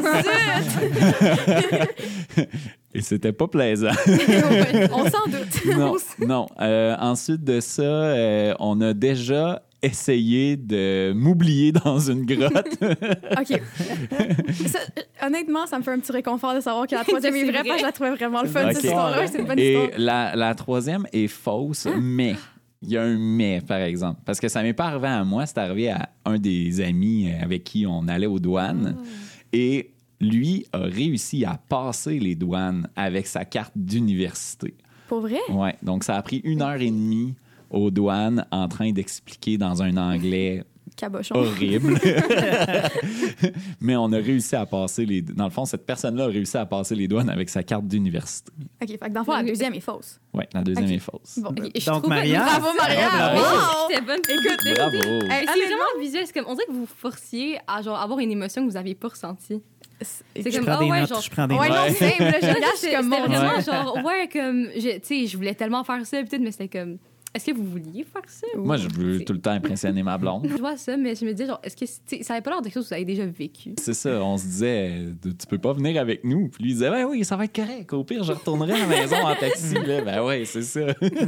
S4: feu. Et c'était pas plaisant.
S2: on s'en doute.
S4: Non, non. Euh, ensuite de ça, euh, on a déjà essayé de m'oublier dans une grotte.
S2: OK. Ça, honnêtement, ça me fait un petit réconfort de savoir que la troisième est
S3: C'est
S2: vraie,
S3: vrai.
S2: parce que je la trouvais vraiment le fun,
S4: Ok.
S2: cette histoire-là. C'est une bonne
S4: Et
S2: histoire.
S4: la, la troisième est fausse, mais il y a un mais, par exemple. Parce que ça m'est pas arrivé à moi, c'est arrivé à un des amis avec qui on allait aux douanes.
S2: Oh.
S4: Et lui a réussi à passer les douanes avec sa carte d'université.
S2: Pour vrai?
S4: Ouais, donc ça a pris une heure et demie aux douanes en train d'expliquer dans un anglais
S2: Cabochon.
S4: horrible. Mais on a réussi à passer les... Dans le fond, cette personne-là a réussi à passer les douanes avec sa carte d'université.
S2: OK, fait que dans le fond, la deuxième est fausse.
S4: Ouais, la deuxième
S2: Ok.
S4: est fausse.
S2: Bon,
S3: Ok, je
S1: Donc,
S3: trouve
S1: Maria.
S2: bravo, Maria!
S1: Ah,
S2: Wow!
S1: bravo.
S3: C'était bonne.
S2: Écoute,
S4: Bravo!
S2: Hey,
S3: Mais c'est
S2: honnêtement,
S3: vraiment visuel. C'est comme, on dirait que vous vous forciez à genre, avoir une émotion que vous n'aviez pas ressentie.
S2: c'est
S3: C'est
S1: Je
S3: comme,
S1: prends
S3: ah
S1: des
S3: ouais,
S1: notes,
S3: genre-
S1: je prends des
S2: Ouais,
S1: notes.
S2: non,
S4: Ouais.
S2: simple, là, je
S3: C'était
S2: lâche comme mon
S3: vraiment
S2: Dieu.
S3: genre, ouais, comme, je- tu sais, je voulais tellement faire ça, peut-être, mais c'était comme, est-ce que vous vouliez faire ça?
S4: Moi, je veux
S3: C'est-
S4: tout le temps impressionner ma blonde.
S3: Je vois ça, mais je me disais, genre, est-ce que c'est- ça n'avait pas l'air de quelque chose que vous avez déjà vécu?
S4: C'est ça, on se disait, tu peux pas venir avec nous. Puis lui, il disait, ouais, oui, ça va être correct. Au pire, je retournerai à la maison en taxi. Là. Ben ouais, c'est ça.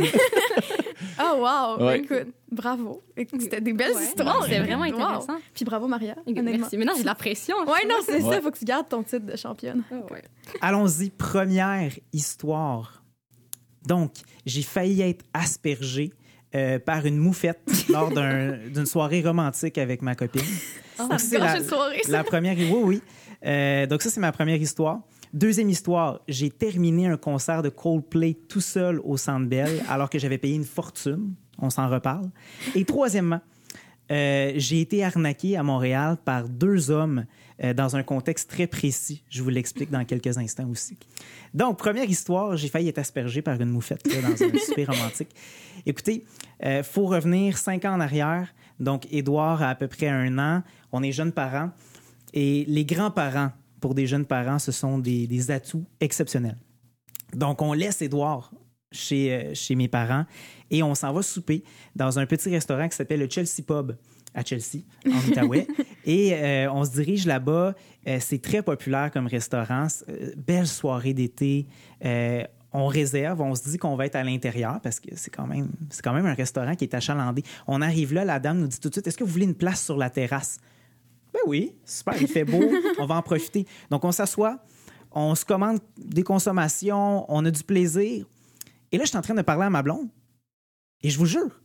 S2: Oh, wow!
S4: Ouais.
S2: Écoute, bravo. Écoute, c'était des belles
S3: Ouais.
S2: histoires.
S3: Non, c'était vraiment
S2: Wow.
S3: intéressant.
S2: Puis bravo, Maria. Honnêtement.
S3: Merci. Maintenant, j'ai de la pression.
S2: Ouais, non, c'est
S4: Ouais.
S2: ça. Faut que tu gardes ton titre de championne.
S3: Oh, ouais.
S1: Allons-y, première histoire. Donc, j'ai failli être aspergé euh, par une moufette lors d'un- d'une soirée romantique avec ma copine.
S2: Ça
S1: Donc,
S2: me
S1: c'est
S2: gâche
S1: la,
S2: une soirée, ça.
S1: la première, oui, oui. Euh, donc ça, c'est ma première histoire. Deuxième histoire, j'ai terminé un concert de Coldplay tout seul au Centre Bell alors que j'avais payé une fortune. On s'en reparle. Et troisièmement, euh, j'ai été arnaqué à Montréal par deux hommes euh, dans un contexte très précis. Je vous l'explique dans quelques instants aussi. Donc, première histoire, j'ai failli être aspergé par une moufette là, dans un souper romantique. Écoutez, il euh, faut revenir cinq ans en arrière. Donc, Édouard a à peu près un an. On est jeunes parents. Et les grands-parents, pour des jeunes parents, ce sont des, des atouts exceptionnels. Donc, on laisse Édouard chez, euh, chez mes parents et on s'en va souper dans un petit restaurant qui s'appelle le Chelsea Pub à Chelsea, en Outaouais. Et euh, on se dirige là-bas. Euh, c'est très populaire comme restaurant. Euh, belle soirée d'été. Euh, on réserve, on se dit qu'on va être à l'intérieur parce que c'est quand même, c'est quand même un restaurant qui est achalandé. On arrive là, la dame nous dit tout de suite, est-ce que vous voulez une place sur la terrasse? Ben oui, super, il fait beau, on va en profiter. Donc, on s'assoit, on se commande des consommations, on a du plaisir. Et là, je suis en train de parler à ma blonde. Et je vous jure,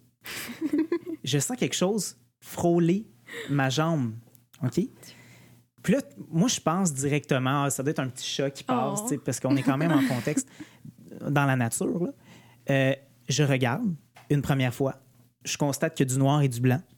S1: je sens quelque chose frôler ma jambe. OK? Puis là, moi, je pense directement, ah, ça doit être un petit chat qui passe,
S2: Oh.
S1: tu sais, parce qu'on est quand même en contexte dans la nature. Là. Euh, je regarde une première fois, je constate qu'il y a du noir et du blanc.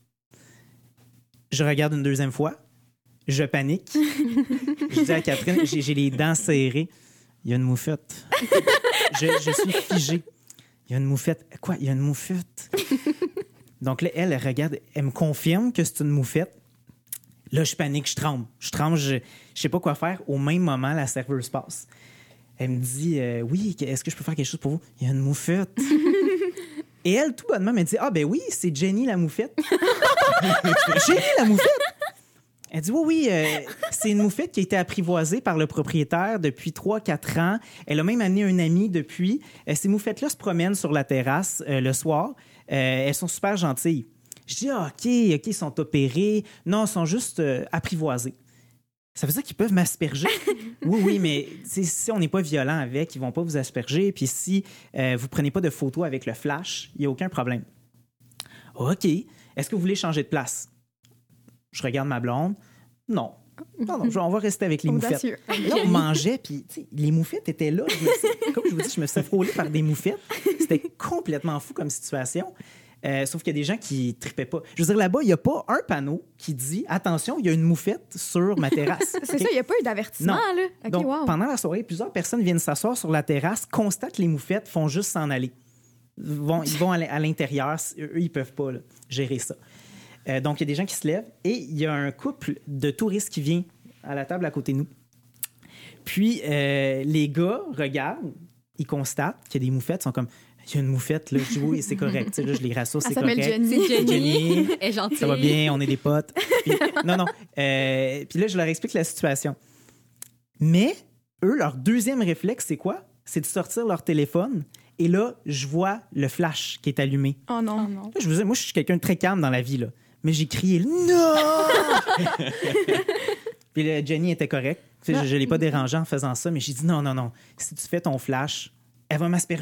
S1: Je regarde une deuxième fois, je panique. Je dis à Catherine, j'ai, j'ai les dents serrées. Il y a une moufette. je, je suis figé. Il y a une moufette. Quoi? Il y a une moufette? Donc là, elle, elle regarde, elle me confirme que c'est une moufette. Là, je panique, je tremble. Je tremble, je ne sais pas quoi faire. Au même moment, la serveuse passe. Elle me dit euh, oui, est-ce que je peux faire quelque chose pour vous? Il y a une moufette. Et elle, tout bonnement, me dit ah, ben oui, c'est Jenny la moufette. Jenny la moufette? Elle dit oui, oui, euh, c'est une moufette qui a été apprivoisée par le propriétaire depuis trois quatre ans. Elle a même amené un ami depuis. Euh, ces moufettes-là se promènent sur la terrasse euh, le soir. Euh, elles sont super gentilles. Je dis ah, OK, OK, ils sont opérés. Non, ils sont juste euh, apprivoisés. Ça veut dire qu'ils peuvent m'asperger? Oui, oui, mais si on n'est pas violent avec, ils ne vont pas vous asperger. Puis si euh, vous ne prenez pas de photos avec le flash, il n'y a aucun problème. OK. Est-ce que vous voulez changer de place? Je regarde ma blonde. Non. Non, non, on va rester avec les
S2: Audacieux.
S1: moufettes. Là, on mangeait, puis tu sais, les moufettes étaient là. Je me, comme je vous dis, je me suis frôlé par des moufettes. C'était complètement fou comme situation. Euh, sauf qu'il y a des gens qui tripaient pas. Je veux dire, là-bas, il n'y a pas un panneau qui dit « Attention, il y a une moufette sur ma terrasse. »
S2: C'est
S1: OK?
S2: ça, il n'y a pas eu d'avertissement,
S1: Non.
S2: là. OK,
S1: Donc,
S2: wow.
S1: pendant la soirée, plusieurs personnes viennent s'asseoir sur la terrasse, constatent les moufettes, font juste s'en aller. Ils vont, ils vont à l'intérieur. Eux, ils ne peuvent pas là, gérer ça. Euh, donc, il y a des gens qui se lèvent et il y a un couple de touristes qui vient à la table à côté de nous. Puis, euh, les gars regardent, ils constatent qu'il y a des moufettes, ils sont comme il y a une moufette, là. Je dis oui, c'est correct. Tu sais, là, je les rassure, c'est
S2: Elle s'appelle
S1: correct.
S2: Jenny.
S3: C'est Jenny.
S1: Jenny.
S3: Elle est gentille.
S1: Ça va bien, on est des potes. Puis, non, non. Euh, puis là, je leur explique la situation. Mais eux, leur deuxième réflexe, c'est quoi? C'est de sortir leur téléphone. Et là, je vois le flash qui est allumé.
S2: Oh non.
S3: Oh non.
S1: Là, je vous dis, moi, je suis quelqu'un de très calme dans la vie, là. Mais j'ai crié « Non! » Puis là, Jenny était correcte. Tu sais, je ne l'ai pas dérangée en faisant ça, mais j'ai dit « Non, non, non. Si tu fais ton flash, elle va m'asperger. »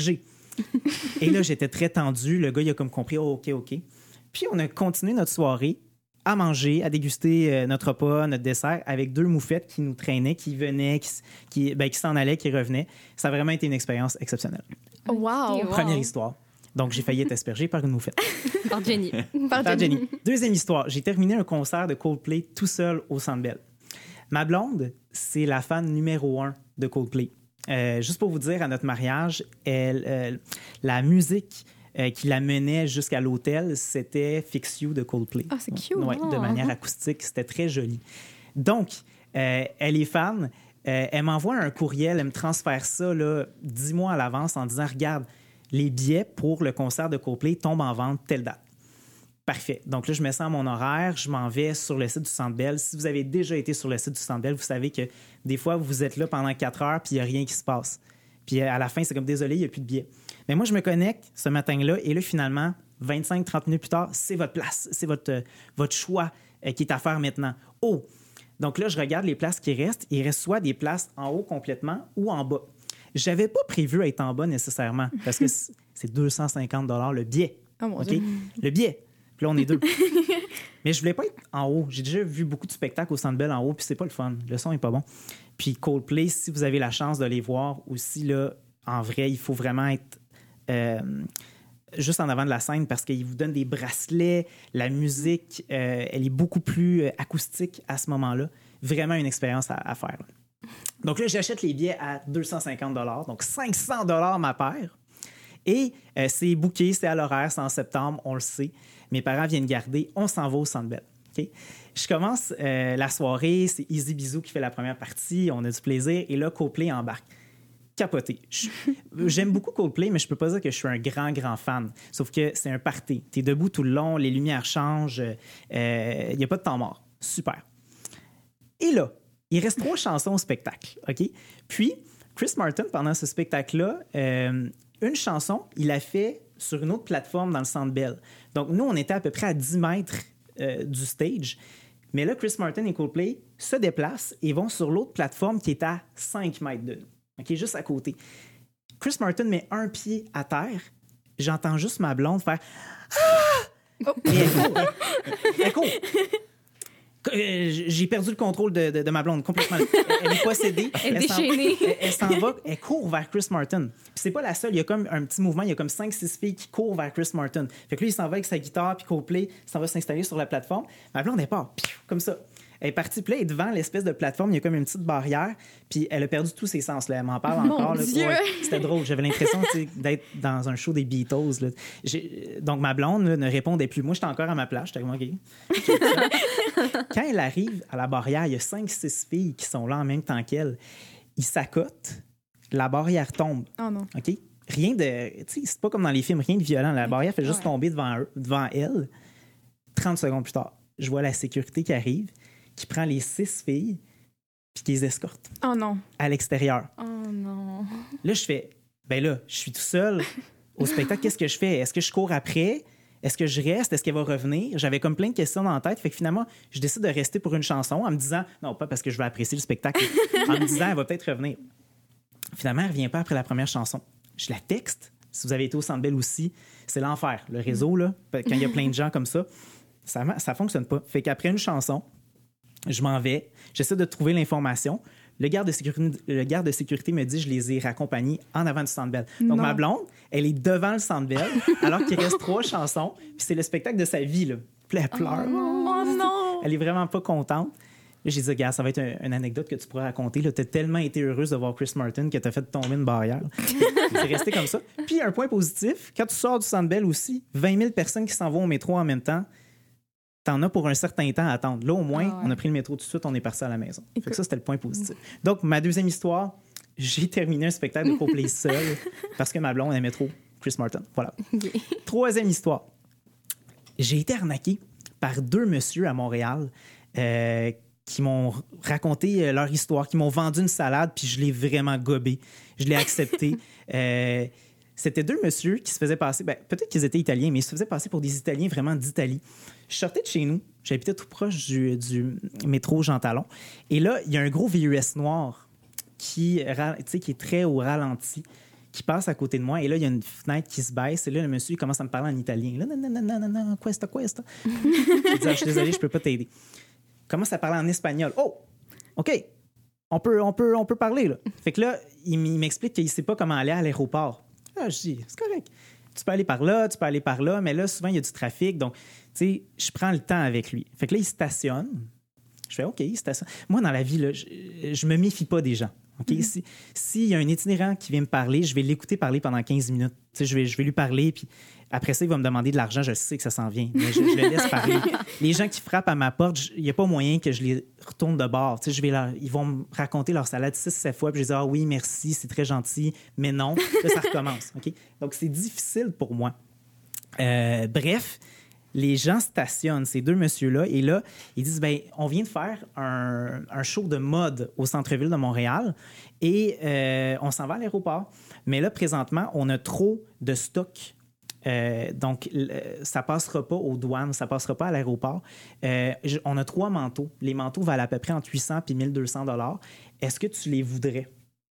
S1: Et là, j'étais très tendue. Le gars, il a comme compris « Oh, OK, OK. » Puis on a continué notre soirée à manger, à déguster euh, notre repas, notre dessert, avec deux moufettes qui nous traînaient, qui venaient, qui, qui, ben, qui s'en allaient, qui revenaient. Ça a vraiment été une expérience exceptionnelle.
S2: Oh, wow.
S3: Wow.
S1: Première histoire. Donc, j'ai failli être aspergé par une moufette.
S3: Par Jenny.
S2: Par
S1: Par
S2: Jenny.
S1: Jenny. Deuxième histoire. J'ai terminé un concert de Coldplay tout seul au Centre Bell. Ma blonde, c'est la fan numéro un de Coldplay. Euh, juste pour vous dire, à notre mariage, elle, euh, la musique euh, qui la menait jusqu'à l'hôtel, c'était Fix You de Coldplay.
S2: Ah, c'est cute.
S1: Ouais, de
S3: Oh.
S1: manière acoustique. C'était très joli. Donc, euh, elle est fan. Euh, elle m'envoie un courriel. Elle me transfère ça là, dix mois à l'avance en disant « Regarde, les billets pour le concert de Coldplay tombent en vente telle date. » Parfait. Donc là, je mets ça à mon horaire. Je m'en vais sur le site du Centre Bell. Si vous avez déjà été sur le site du Centre Bell, vous savez que des fois, vous êtes là pendant quatre heures puis il n'y a rien qui se passe. Puis à la fin, c'est comme « Désolé, il n'y a plus de billets. » Mais moi, je me connecte ce matin-là et là, finalement, vingt-cinq trente minutes plus tard, c'est votre place. C'est votre, euh, votre choix euh, qui est à faire maintenant. Oh! Donc là, je regarde les places qui restent. Il reste soit des places en haut complètement ou en bas. J'avais pas prévu être en bas nécessairement parce que c'est deux cent cinquante dollars le billet.
S2: Oh mon
S1: OK?
S2: Dieu.
S1: Le billet. Puis là, on est deux. Mais je voulais pas être en haut. J'ai déjà vu beaucoup de spectacles au Centre Bell en haut, puis c'est pas le fun. Le son est pas bon. Puis Coldplay, si vous avez la chance de les voir aussi, là, en vrai, il faut vraiment être euh, juste en avant de la scène parce qu'ils vous donnent des bracelets. La musique, euh, elle est beaucoup plus euh, acoustique à ce moment-là. Vraiment une expérience à, à faire. Donc là, j'achète les billets à deux cent cinquante dollars, donc cinq cents dollars ma paire. Et euh, c'est booké, c'est à l'horaire, c'est en septembre, on le sait. Mes parents viennent garder, on s'en va au Centre Bell. Okay? Je commence euh, la soirée, c'est Easy Bisou qui fait la première partie, on a du plaisir, et là, Coldplay embarque. Capoté. Je- J'aime beaucoup Coldplay, mais je peux pas dire que je suis un grand, grand fan. Sauf que c'est un party. T'es debout tout le long, les lumières changent, il euh, n'y a pas de temps mort. Super. Et là, il reste trois chansons au spectacle, OK? Puis, Chris Martin, pendant ce spectacle-là, euh, une chanson, il l'a fait sur une autre plateforme dans le Centre Bell. Donc, nous, on était à peu près à dix mètres euh, du stage. Mais là, Chris Martin et Coldplay se déplacent et vont sur l'autre plateforme qui est à cinq mètres de nous, OK? Juste à côté. Chris Martin met un pied à terre. J'entends juste ma blonde faire « Ah! » Et elle court. Elle court. Euh, J'ai perdu le contrôle de, de, de ma blonde complètement. Elle, elle est possédée.
S3: Elle est
S1: s'en-
S3: déchaînée.
S1: Elle, elle s'en va, elle court vers Chris Martin. Puis c'est pas la seule, il y a comme un petit mouvement, il y a comme cinq six filles qui courent vers Chris Martin. Fait que lui, il s'en va avec sa guitare, puis Coldplay s'en va s'installer sur la plateforme. Ma blonde, elle part, piou, comme ça. Elle est partie, puis là, elle est devant l'espèce de plateforme, il y a comme une petite barrière, puis elle a perdu tous ses sens. Là. Elle m'en parle
S2: Mon
S1: encore. Là.
S2: Dieu!
S1: Ouais, c'était drôle. J'avais l'impression tu sais, d'être dans un show des Beatles. Là. J'ai- Donc, ma blonde là, ne répondait plus. Moi, j'étais encore à ma place. J'étais comme, OK. Quand elle arrive à la barrière, il y a cinq six filles qui sont là en même temps qu'elle. Ils s'accotent, la barrière tombe.
S2: Oh non.
S1: OK? Rien de. Tu sais, c'est pas comme dans les films, rien de violent. La barrière fait juste
S3: Ouais.
S1: tomber devant, eux, devant elle. trente secondes plus tard, je vois la sécurité qui arrive, qui prend les six filles, puis qui les escorte
S2: Oh non.
S1: à l'extérieur.
S3: Oh non.
S1: Là, je fais, ben là, je suis tout seul au spectacle. Qu'est-ce que je fais? Est-ce que je cours après? Est-ce que je reste? Est-ce qu'elle va revenir? J'avais comme plein de questions dans la tête. Fait que finalement, je décide de rester pour une chanson en me disant, non, pas parce que je veux apprécier le spectacle, en me disant, elle va peut-être revenir. Finalement, elle ne revient pas après la première chanson. Je la texte. Si vous avez été au Centre Bell aussi, c'est l'enfer. Le réseau, là, quand il y a plein de gens comme ça, ça ne fonctionne pas. Fait qu'après une chanson, je m'en vais. J'essaie de trouver l'information. Le garde de sécurité, le garde de sécurité me dit je les ai raccompagnés en avant du Centre Bell. Donc,
S2: Non.
S1: ma blonde, elle est devant le Centre Bell alors qu'il reste trois chansons. Puis c'est le spectacle de sa vie. Là. Puis elle pleure.
S2: Oh non.
S1: Elle est vraiment pas contente. Là, j'ai dit, regarde, ça va être un- une anecdote que tu pourras raconter. Tu as tellement été heureuse de voir Chris Martin que tu as fait tomber une barrière. C'est resté comme ça. Puis, un point positif, quand tu sors du Centre Bell aussi, vingt mille personnes qui s'en vont au métro en même temps, t'en as pour un certain temps à attendre. Là, au moins,
S3: Ah ouais.
S1: on a pris le métro tout de suite, on est parti à la maison. Fait que
S2: Écoute.
S1: ça, c'était le point positif. Donc, ma deuxième histoire, j'ai terminé un spectacle de Coldplay seul parce que ma blonde aimait trop Chris Martin. Voilà.
S3: OK.
S1: Troisième histoire. J'ai été arnaqué par deux messieurs à Montréal euh, qui m'ont raconté leur histoire, qui m'ont vendu une salade, puis je l'ai vraiment gobé. Je l'ai accepté. euh, C'était deux messieurs qui se faisaient passer, ben, peut-être qu'ils étaient italiens, mais ils se faisaient passer pour des Italiens vraiment d'Italie. Je sortais de chez nous, j'habitais tout proche du, du métro Jean Talon, et là, il y a un gros V U S noir qui, qui est très au ralenti, qui passe à côté de moi, et là, il y a une fenêtre qui se baisse, et là, le monsieur il commence à me parler en italien. Là, non, non, non, non, non, non, questa, questa. Je dis, ah, je suis désolé, je peux pas t'aider. Il commence à parler en espagnol. Oh, OK, on peut, on peut, on peut parler, là. Fait que là, il m'explique qu'il sait pas comment aller à l'aéroport. Ah, je dis, c'est correct. Tu peux aller par là, tu peux aller par là, mais là, souvent, il y a du trafic. Donc, tu sais, je prends le temps avec lui. Fait que là, il stationne. Je fais, OK, il stationne. Moi, dans la vie, là, je, je me méfie pas des gens. OK? Mm-hmm. Si, s'il y a un itinérant qui vient me parler, je vais l'écouter parler pendant quinze minutes. Tu sais, je vais, je vais lui parler, puis après ça, il va me demander de l'argent. Je sais que ça s'en vient, mais je, je le laisse parler. Les gens qui frappent à ma porte, il n'y a pas moyen que je les retourne de bord. Tu sais, je vais leur, ils vont me raconter leur salade six, sept fois, puis je dis, ah oui, merci, c'est très gentil, mais non. Là, ça recommence. OK? Donc, c'est difficile pour moi. Euh, bref, les gens stationnent, ces deux messieurs-là, et là, ils disent, bien, on vient de faire un, un show de mode au centre-ville de Montréal et euh, on s'en va à l'aéroport. Mais là, présentement, on a trop de stock. Euh, donc, euh, ça ne passera pas aux douanes, ça ne passera pas à l'aéroport. Euh, j- on a trois manteaux. Les manteaux valent à peu près entre huit cents et mille deux cents dollars. Est-ce que tu les voudrais?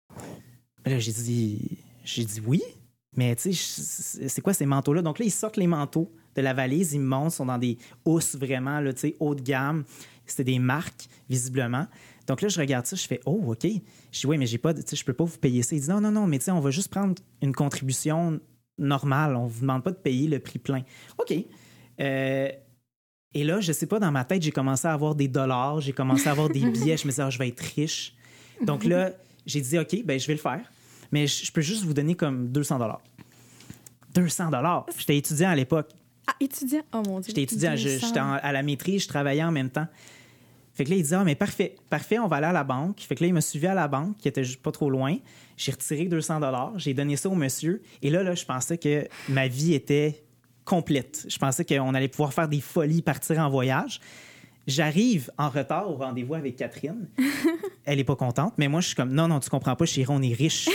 S1: Là, j'ai dit, j'ai dit oui, mais tu sais, c'est quoi ces manteaux-là? Donc là, ils sortent les manteaux de la valise, ils me montrent, sont dans des housses vraiment, là, tu sais, haut de gamme. C'était des marques, visiblement. Donc là, je regarde ça, je fais, oh, OK. Je dis, oui, mais j'ai pas, tu sais, je peux pas vous payer ça. Il dit, non, non, non, mais tu sais, on va juste prendre une contribution normale. On vous demande pas de payer le prix plein. OK. Euh, et là, je sais pas, dans ma tête, j'ai commencé à avoir des dollars, j'ai commencé à avoir des billets. Je me disais, ah, je vais être riche. Donc là, j'ai dit, OK, ben je vais le faire. Mais je, je peux juste vous donner comme deux cents dollars. deux cents dollars. J'étais étudiant à l'époque.
S2: Ah, étudiant? Oh mon Dieu.
S1: J'étais étudiant, je, j'étais en, à la maîtrise, je travaillais en même temps. Fait que là, il dit, ah, mais parfait, parfait, on va aller à la banque. Fait que là, il m'a suivi à la banque, qui était pas trop loin. J'ai retiré deux cents dollars, j'ai donné ça au monsieur. Et là, là, je pensais que ma vie était complète. Je pensais qu'on allait pouvoir faire des folies, partir en voyage. J'arrive en retard au rendez-vous avec Catherine. Elle est pas contente, mais moi, je suis comme, non, non, tu comprends pas, chérie, on est riche.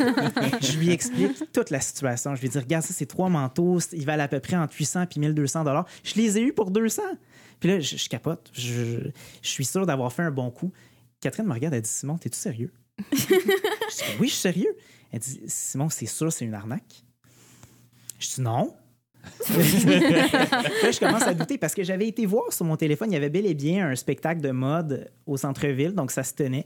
S1: Je lui explique toute la situation. Je lui dis, regarde, ça, c'est trois manteaux, ils valent à peu près entre huit cents et mille deux cents dollars. Je les ai eus pour deux cents. Puis là, je, je capote. Je, je suis sûr d'avoir fait un bon coup. Catherine me regarde, elle dit, Simon, t'es-tu sérieux? Je dis, oui, je suis sérieux. Elle dit, Simon, c'est sûr, c'est une arnaque. Je dis, non. Là, je commence à douter parce que j'avais été voir sur mon téléphone, il y avait bel et bien un spectacle de mode au centre-ville, donc ça se tenait.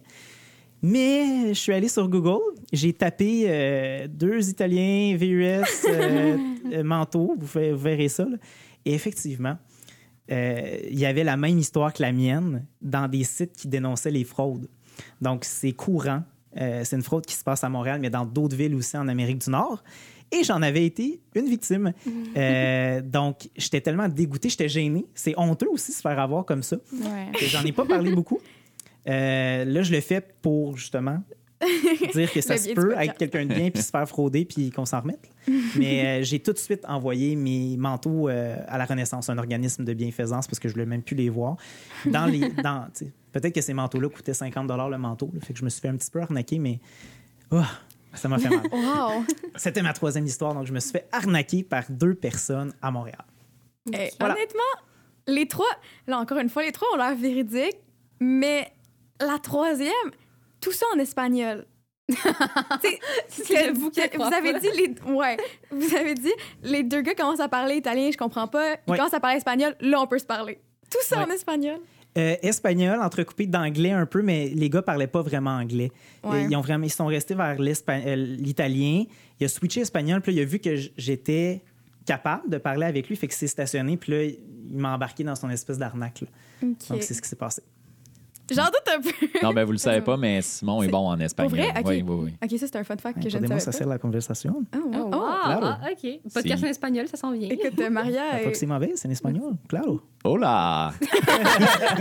S1: Mais je suis allé sur Google, j'ai tapé euh, deux Italiens V U S euh, euh, manteaux, vous, fait, vous verrez ça. Là. Et effectivement, euh, il y avait la même histoire que la mienne dans des sites qui dénonçaient les fraudes. Donc, c'est courant. Euh, c'est une fraude qui se passe à Montréal, mais dans d'autres villes aussi en Amérique du Nord. Et j'en avais été une victime. Euh, donc, j'étais tellement dégoûtée, j'étais gênée. C'est honteux aussi de se faire avoir comme ça.
S3: Ouais.
S1: J'en ai pas parlé beaucoup. Euh, là, je le fais pour, justement, dire que ça se peut être quelqu'un de bien puis se faire frauder puis qu'on s'en remette. Mais euh, j'ai tout de suite envoyé mes manteaux euh, à la Renaissance, un organisme de bienfaisance, parce que je ne voulais même plus les voir. Dans les, dans, peut-être que ces manteaux-là coûtaient cinquante dollars le manteau. Là, fait que je me suis fait un petit peu arnaquer, mais oh, ça m'a fait mal.
S2: Wow.
S1: C'était ma troisième histoire, donc je me suis fait arnaquer par deux personnes à Montréal.
S2: Hey,
S1: Voilà.
S2: Honnêtement, les trois, là encore une fois, les trois ont l'air véridiques, mais la troisième, tout ça en espagnol. C'est-
S3: C'est
S2: que-
S3: vous qui
S2: que-
S3: crois
S2: vous avez
S3: pas.
S2: dit les ouais, vous avez dit les deux gars commencent à parler italien, je comprends pas. Ils
S1: Ouais.
S2: commencent à parler espagnol, là on peut se parler. Tout ça
S1: Ouais.
S2: en espagnol.
S1: Euh, espagnol, entrecoupé d'anglais un peu, mais les gars parlaient pas vraiment anglais.
S2: Ouais.
S1: Ils, ont vraiment, ils sont restés vers l'espa- euh, l'italien. Il a switché espagnol, puis là, il a vu que j- j'étais capable de parler avec lui, fait que c'est stationné, puis là, il m'a embarqué dans son espèce d'arnaque. Là.
S2: OK.
S1: Donc, c'est ce qui s'est passé.
S2: J'en doute un peu.
S4: Non, ben vous le savez pas, mais Simon est
S2: C'est-
S4: bon en espagnol.
S2: Pour vrai? OK.
S4: Oui, oui, oui.
S2: OK, ça c'est un fun fact que je ne
S1: Podemos
S2: savais
S1: hacer
S2: pas.
S1: la conversation.
S2: Oh, wow.
S3: Oh, wow.
S2: Oh.
S1: claro.
S3: Ah, OK. Podcast
S4: Si.
S3: en espagnol, ça s'en vient.
S2: Écoute, euh, Maria.
S1: La
S2: euh,
S1: próxima vez, en espagnol, claro.
S4: Hola!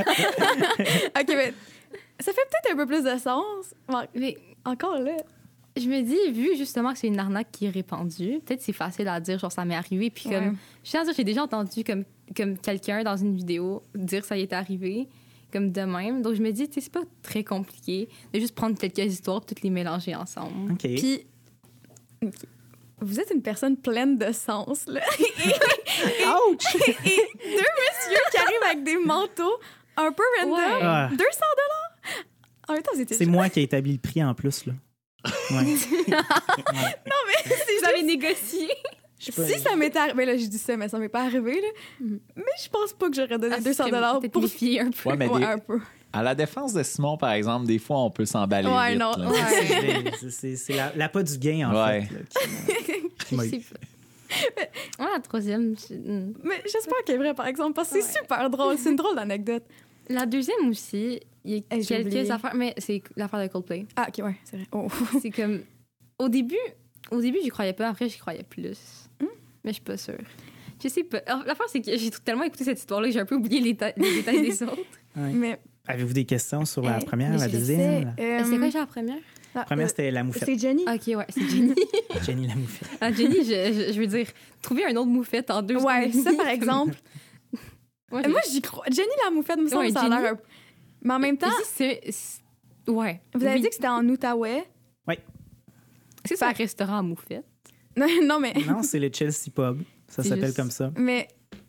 S2: OK, mais ça fait peut-être un peu plus de sens. Bon,
S3: Mais
S2: encore là.
S3: je me dis, vu justement que c'est une arnaque qui est répandue, peut-être c'est facile à dire, genre ça m'est arrivé. Puis comme,
S2: Ouais.
S3: je tiens à dire, j'ai déjà entendu comme, comme quelqu'un dans une vidéo dire ça y est arrivé, comme de même. Donc je me dis, tu sais, c'est pas très compliqué de juste prendre quelques histoires et toutes les mélanger ensemble.
S1: OK.
S2: Puis, ok. Vous êtes une personne pleine de sens, là.
S1: Ouch!
S2: Et deux messieurs qui arrivent avec des manteaux un peu random,
S3: Ouais.
S1: Ah,
S2: deux cents dollars. En même temps, vous étiez...
S1: c'est moi qui ai établi le prix en plus, là. Ouais.
S2: Si
S3: Vous avez négocié.
S1: Je sais pas,
S2: Si ça m'était arrivé, là, je dis ça, mais ça m'est pas arrivé, là.
S3: Mhm.
S2: Mais je pense pas que j'aurais donné
S3: Ah,
S2: deux cents dollars
S3: peut-être
S2: pour...
S3: méfier un peu.
S4: Ouais, mais
S2: Ouais,
S4: des-
S2: un peu.
S4: à la défense de Simon, par exemple, des fois, on peut s'emballer
S2: Ouais,
S4: vite.
S2: non.
S4: là.
S2: Ouais.
S1: C'est- c'est c'est la, la pas du gain, en
S4: Ouais.
S1: fait, là, qui, qui m'a
S3: Je
S1: eu.
S3: sais pas. Ouais, la troisième, je- hmm.
S2: Mais j'espère qu'elle est vraie, par exemple, parce que c'est
S3: Ouais.
S2: super drôle. C'est une drôle d'anecdote.
S3: La deuxième aussi, il y a
S2: Eh, j'ai
S3: quelques
S2: oublié.
S3: affaires, mais c'est l'affaire de Coldplay.
S2: Ah, OK, ouais, c'est vrai. Oh.
S3: C'est comme au début, au début j'y croyais pas, après j'y croyais plus. Mais je suis pas sûre. Je sais pas. Alors, l'affaire c'est que j'ai tout- tellement écouté cette histoire-là que j'ai un peu oublié les, ta- les détails des autres.
S1: Ouais.
S2: Mais...
S1: Avez-vous des questions sur la
S2: Eh,
S1: première,
S2: mais
S1: la
S2: je sais,
S1: deuxième?
S2: euh,
S3: C'était quoi déjà la première?
S2: la
S1: La première, c'était la moufette.
S2: C'est Jenny?
S3: Ok, ouais, c'est Jenny.
S1: Jenny la moufette.
S3: Ah, Jenny, je, je, je veux dire, trouver un autre moufette en deux
S2: Ouais,
S3: secondes.
S2: ça, par exemple.
S3: Moi,
S2: Euh, Moi, j'y crois. Jenny la moufette, me semble
S3: Ouais,
S2: ça a
S3: Jenny.
S2: l'air un... Mais en même temps,
S3: c'est, c'est- ouais.
S2: vous avez
S3: Oui.
S2: dit que c'était en Outaouais.
S3: c'est ça un restaurant à moufette.
S2: Non, non, mais...
S1: Non, c'est le Chelsea Pub. Ça
S3: C'est
S1: s'appelle
S3: juste-
S1: comme ça.
S2: Mais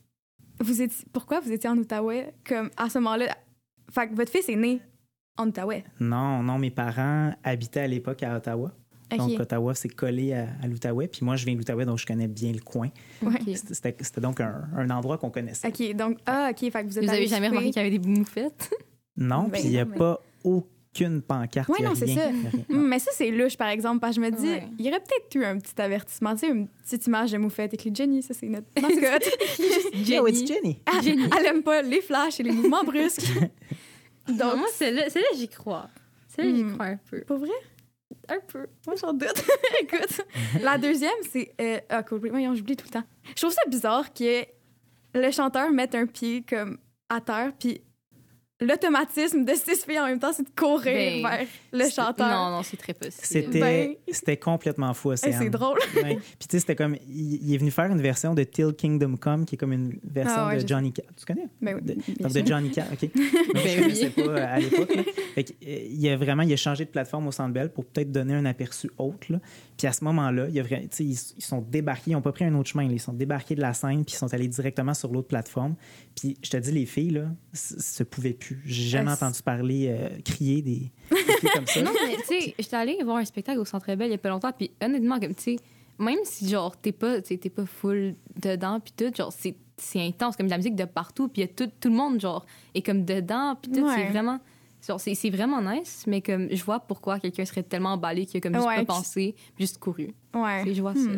S2: vous étiez... pourquoi vous étiez en Outaouais? Comme à ce moment-là... Fait que votre fils est né en Outaouais.
S1: Non, non, mes parents habitaient à l'époque à Ottawa.
S2: OK.
S1: Donc, Ottawa, c'est collé à, à l'Outaouais. Puis moi, je viens de l'Outaouais, donc je connais bien le coin.
S2: Ouais.
S3: Ok.
S1: C'était- C'était c'était donc un, un endroit qu'on connaissait.
S2: OK, donc... Ah, OK, fait que vous êtes
S3: Vous
S2: allés
S3: avez jamais
S2: souper.
S3: remarqué qu'il y avait des moufettes?
S1: Non,
S2: Ben
S1: puis il n'y a
S2: non, mais-
S1: pas aucune pancarte.
S2: Ouais,
S1: il y a
S2: non, c'est
S1: rien,
S2: ça.
S1: il y a rien.
S2: Hum, Mais ça, c'est louche, par exemple, parce que je me dis,
S3: Ouais.
S2: il y aurait peut-être eu un petit avertissement, tu sais, une petite image de moufette écrit Jenny, ça, c'est notre mascotte.
S1: Oh, it's Jenny.
S2: Ah, elle aime pas les flashs et les mouvements brusques.
S3: Donc,
S2: Donc,
S3: moi, celle-là, celle-là, j'y crois. Celle-là, j'y
S2: Hmm.
S3: crois un peu.
S2: pour vrai?
S3: Un peu.
S2: Moi, j'en doute. Écoute, la deuxième, c'est... Euh, ah, Coldplay. Voyons, j'oublie tout le temps. Je trouve ça bizarre que le chanteur mette un pied comme à terre, puis l'automatisme de six filles en même temps, c'est de courir
S3: Ben,
S2: vers le
S1: c'est-
S2: chanteur.
S3: Non, non, c'est très possible.
S1: C'était
S2: Ben-
S1: c'était complètement fou,
S2: Hey,
S1: Océane.
S2: c'est drôle.
S1: Ouais. Puis tu sais, c'était comme... Il, il est venu faire une version de Till Kingdom Come, qui est comme une version
S2: Ah ouais,
S1: de
S2: je
S1: Johnny Cash. Tu connais?
S2: Ben oui,
S1: De-
S2: bien
S1: donc,
S2: sûr.
S1: de Johnny Cash, OK. Mais je
S3: Ben
S1: connaissais
S3: oui.
S1: pas euh, à l'époque. là. Fait que, euh, il a vraiment il a changé de plateforme au Centre Bell pour peut-être donner un aperçu autre. Là. Puis à ce moment-là, il y a vra- tu sais, ils, ils sont débarqués, ils n'ont pas pris un autre chemin. là. Ils sont débarqués de la scène, puis ils sont allés directement sur l'autre plateforme. Puis je te dis, les filles, là, c- se pouvaient plus. J'ai jamais
S2: Ah,
S1: entendu parler, euh, crier des, des filles comme ça.
S3: Non, mais tu sais, j'étais allée voir un spectacle au Centre Bell il y a pas longtemps, puis honnêtement, comme tu sais, même si genre t'es pas, tu sais, t'es pas full dedans, puis tout, genre c'est c'est intense, comme de la musique de partout, puis il y a tout, tout le monde genre est comme dedans, puis tout,
S2: Ouais.
S3: c'est vraiment, genre c'est c'est vraiment nice, mais comme je vois pourquoi quelqu'un serait tellement emballé qu'il a comme juste
S2: Ouais,
S3: pas
S2: puis-
S3: pensé, puis juste couru.
S2: Ouais.
S3: Et je vois
S2: Hmm.
S3: ça.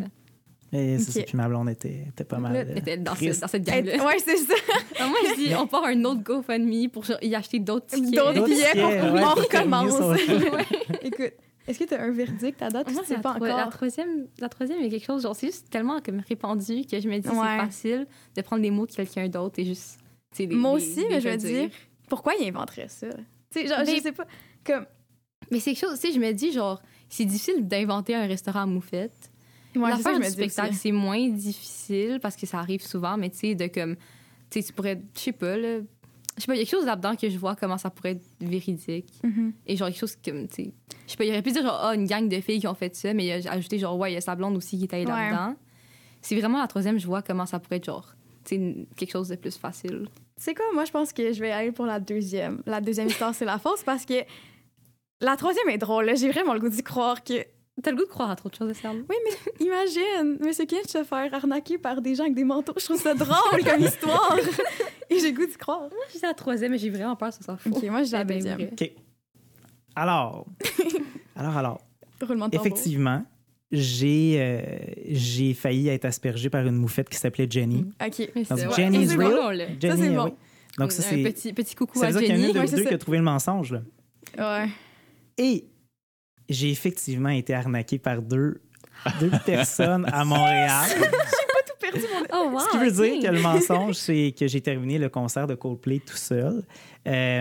S1: Et c'est
S2: Ok.
S1: ça. Puis ma blonde était, était pas mal.
S3: Là,
S1: euh,
S3: t'étais dans, ce-
S1: triste.
S3: dans cette
S2: Hey,
S3: gamme-là.
S2: ouais, c'est ça.
S3: Alors moi, je dis, on part un autre GoFundMe pour genre, y acheter d'autres tickets.
S2: D'autres
S1: D'autres
S2: billets pour
S1: tickets,
S2: qu'on
S1: ouais, pour
S2: recommence.
S1: terminer son-
S3: Ouais.
S2: Écoute, est-ce que tu as un verdict à date?
S3: Moi,
S2: Tu sais
S3: la,
S2: pas
S3: tro- la
S2: encore.
S3: troisième, la troisième, il y a quelque chose, genre, c'est juste tellement comme répandu que je me dis,
S2: Ouais.
S3: c'est facile de prendre les mots de quelqu'un d'autre et juste. tu sais, les-
S2: Moi
S3: les-
S2: aussi,
S3: les
S2: mais je veux
S3: redire.
S2: dire, pourquoi il inventerait ça? Tu sais, genre,
S3: Mais-
S2: je sais pas. Comme.
S3: Mais c'est quelque chose, tu sais, je me dis, genre, c'est difficile d'inventer un restaurant à moufette.
S2: Ouais, c'est ça,
S3: L'affaire
S2: je
S3: du
S2: me dis
S3: spectacle,
S2: aussi.
S3: c'est moins difficile parce que ça arrive souvent, mais tu sais, de comme. Tu sais, tu pourrais. Je sais pas, là. Je sais pas, il y a quelque chose là-dedans que je vois comment ça pourrait être véridique.
S2: Mhm.
S3: Et genre, quelque chose comme, tu sais. Je sais pas, il aurait pu dire, genre, ah, une gang de filles qui ont fait ça, mais il a ajouté, genre, ouais, il y a sa blonde aussi qui est allée
S2: Ouais.
S3: là-dedans. C'est vraiment la troisième, je vois comment ça pourrait être, genre, tu sais, quelque chose de plus facile.
S2: Tu sais quoi, moi, je pense que je vais aller pour la deuxième. La deuxième histoire, c'est la fausse parce que la troisième est drôle. là. J'ai vraiment le goût d'y croire que.
S3: T'as le goût de croire à trop de choses, Serge?
S2: Oui, mais imagine, Monsieur Kinch se faire arnaquer par des gens avec des manteaux. Je trouve ça drôle comme histoire. Et j'ai le goût d'y croire.
S3: Moi, je dis la troisième, mais j'ai vraiment peur que ça soit faux.
S2: Ok, moi, je dis la
S3: Eh ben,
S2: deuxième.
S3: vrai.
S1: OK. Alors, alors, alors,
S2: Roulement de tambour.
S1: effectivement, j'ai euh, j'ai failli être aspergé par une moufette qui s'appelait Jenny.
S2: OK.
S3: Mais
S1: Donc,
S3: c'est-
S1: Jenny
S3: ouais,
S1: is
S3: c'est
S1: real.
S3: bon, là.
S1: Jenny,
S2: c'est
S1: euh,
S2: bon.
S1: oui. Donc, ça,
S3: un
S1: c'est.
S3: petit, petit coucou
S1: Ça
S3: à
S1: veut dire qu'il y en a
S3: Jenny.
S1: une de
S2: Ouais,
S1: vous
S2: c'est
S1: deux
S2: ça.
S1: qui a trouvé le mensonge, là.
S2: Ouais.
S1: Et j'ai effectivement été arnaqué par deux, deux personnes à Montréal.
S2: Tout perdu mon.
S3: Oh, wow,
S1: Ce qui veut
S3: ok.
S1: dire que le mensonge, c'est que j'ai terminé le concert de Coldplay tout seul. Euh,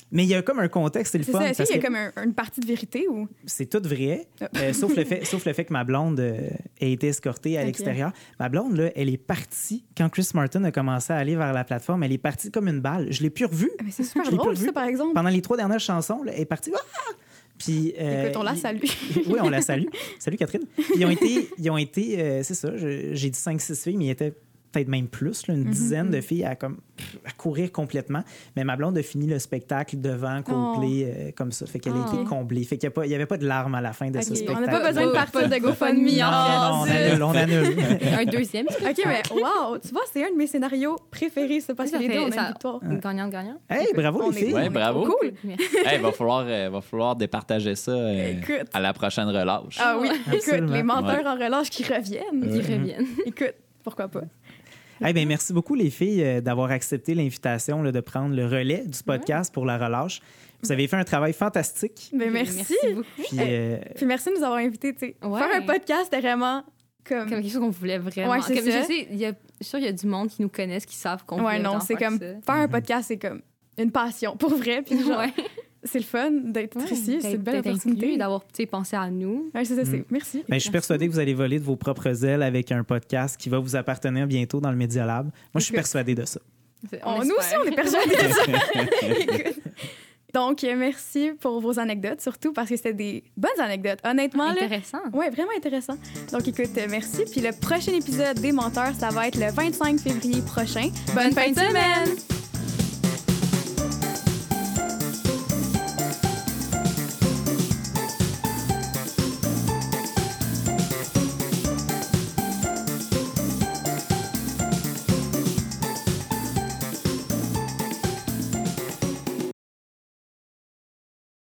S1: Mais il y a comme un contexte, c'est le
S2: C'est
S1: fun.
S2: ça, est-ce
S1: parce
S2: qu'il y a
S1: que
S2: comme un- une partie de vérité ou...
S1: c'est tout vrai, euh, sauf, le fait, sauf le fait que ma blonde euh, a été escortée à
S2: Ok.
S1: l'extérieur. Ma blonde, là, elle est partie, quand Chris Martin a commencé à aller vers la plateforme, elle est partie comme une balle. Je l'ai plus revue.
S2: Mais c'est super
S1: Je l'ai
S2: drôle,
S1: pas vu.
S2: ça, par exemple.
S1: Pendant les trois dernières chansons, là, elle est partie. Ah! Puis, euh,
S2: Écoute, on la
S1: il-
S2: salue.
S1: oui, on la salue. Salut Catherine. Puis ils ont été, ils ont été euh, c'est ça, je- j'ai dit cinq six filles, mais il y était peut-être même plus, là, une
S2: Mhm,
S1: dizaine de filles à, comme, à courir complètement. Mais ma blonde a fini le spectacle devant Coldplay euh, comme ça. Fait qu'elle a
S3: Oh.
S1: été comblée. Fait qu'il n'y avait pas de larmes à la fin de ce
S2: Ok,
S1: spectacle.
S2: on n'a pas besoin de partir de GoFundMe.
S1: Non,
S2: en
S1: non, on
S2: fait.
S1: annule, on annule.
S3: Un deuxième.
S2: OK, mais wow! Tu vois, c'est un de mes scénarios préférés, ça, parce que
S3: Ça
S2: les deux,
S3: fait-
S2: on a une
S3: ça-
S2: victoire.
S3: Gagnant-gagnant.
S1: Hey, bravo
S2: on
S1: les
S2: est-
S1: filles.
S4: Ouais, bravo.
S2: Cool!
S3: Merci.
S4: Hey, va falloir, euh, va falloir départager ça euh,
S2: Écoute.
S4: à la prochaine relâche.
S2: Ah oui, écoute,
S1: Absolument.
S2: les menteurs
S4: Ouais.
S2: en relâche qui reviennent.
S3: Ils reviennent.
S2: Écoute, pourquoi pas?
S1: Eh bien, merci beaucoup, les filles, euh, d'avoir accepté l'invitation là, de prendre le relais du podcast pour la relâche. Vous avez fait un travail fantastique.
S2: Mais merci.
S3: beaucoup.
S1: Puis, euh,
S2: Puis merci de nous avoir invités, tu sais.
S3: Ouais.
S2: Faire un podcast, c'était vraiment comme...
S3: Comme quelque chose qu'on voulait vraiment.
S2: Ouais, c'est
S3: Comme,
S2: ça.
S3: je sais, il y a, je suis sûre qu'il y a du monde qui nous connaissent, qui savent qu'on
S2: Ouais,
S3: voulait
S2: non,
S3: autant
S2: c'est
S3: faire
S2: comme...
S3: ça.
S2: Faire un podcast, c'est comme une passion, pour vrai. Puis genre,
S3: Ouais.
S2: c'est le fun d'être
S3: Ouais,
S2: ici. C'est une belle
S3: d'être
S2: opportunité.
S3: inclus, d'avoir tu sais, pensé à nous.
S2: Ouais, c'est ça, c'est...
S1: Mm.
S2: Merci.
S1: ben, je suis persuadé que vous allez voler de vos propres ailes avec un podcast qui va vous appartenir bientôt dans le Media Lab. Moi, je suis
S2: Écoute.
S1: persuadé de ça.
S3: C'est-
S2: On-
S3: on
S2: nous aussi,
S3: espère.
S2: on est persuadés de ça. Écoute. Donc, euh, merci pour vos anecdotes, surtout parce que c'était des bonnes anecdotes. Honnêtement, là,
S3: Intéressant.
S2: ouais, vraiment intéressant. Donc, écoute, euh, merci. Puis le prochain épisode des Menteurs, ça va être le vingt-cinq février prochain. Bonne fin de semaine!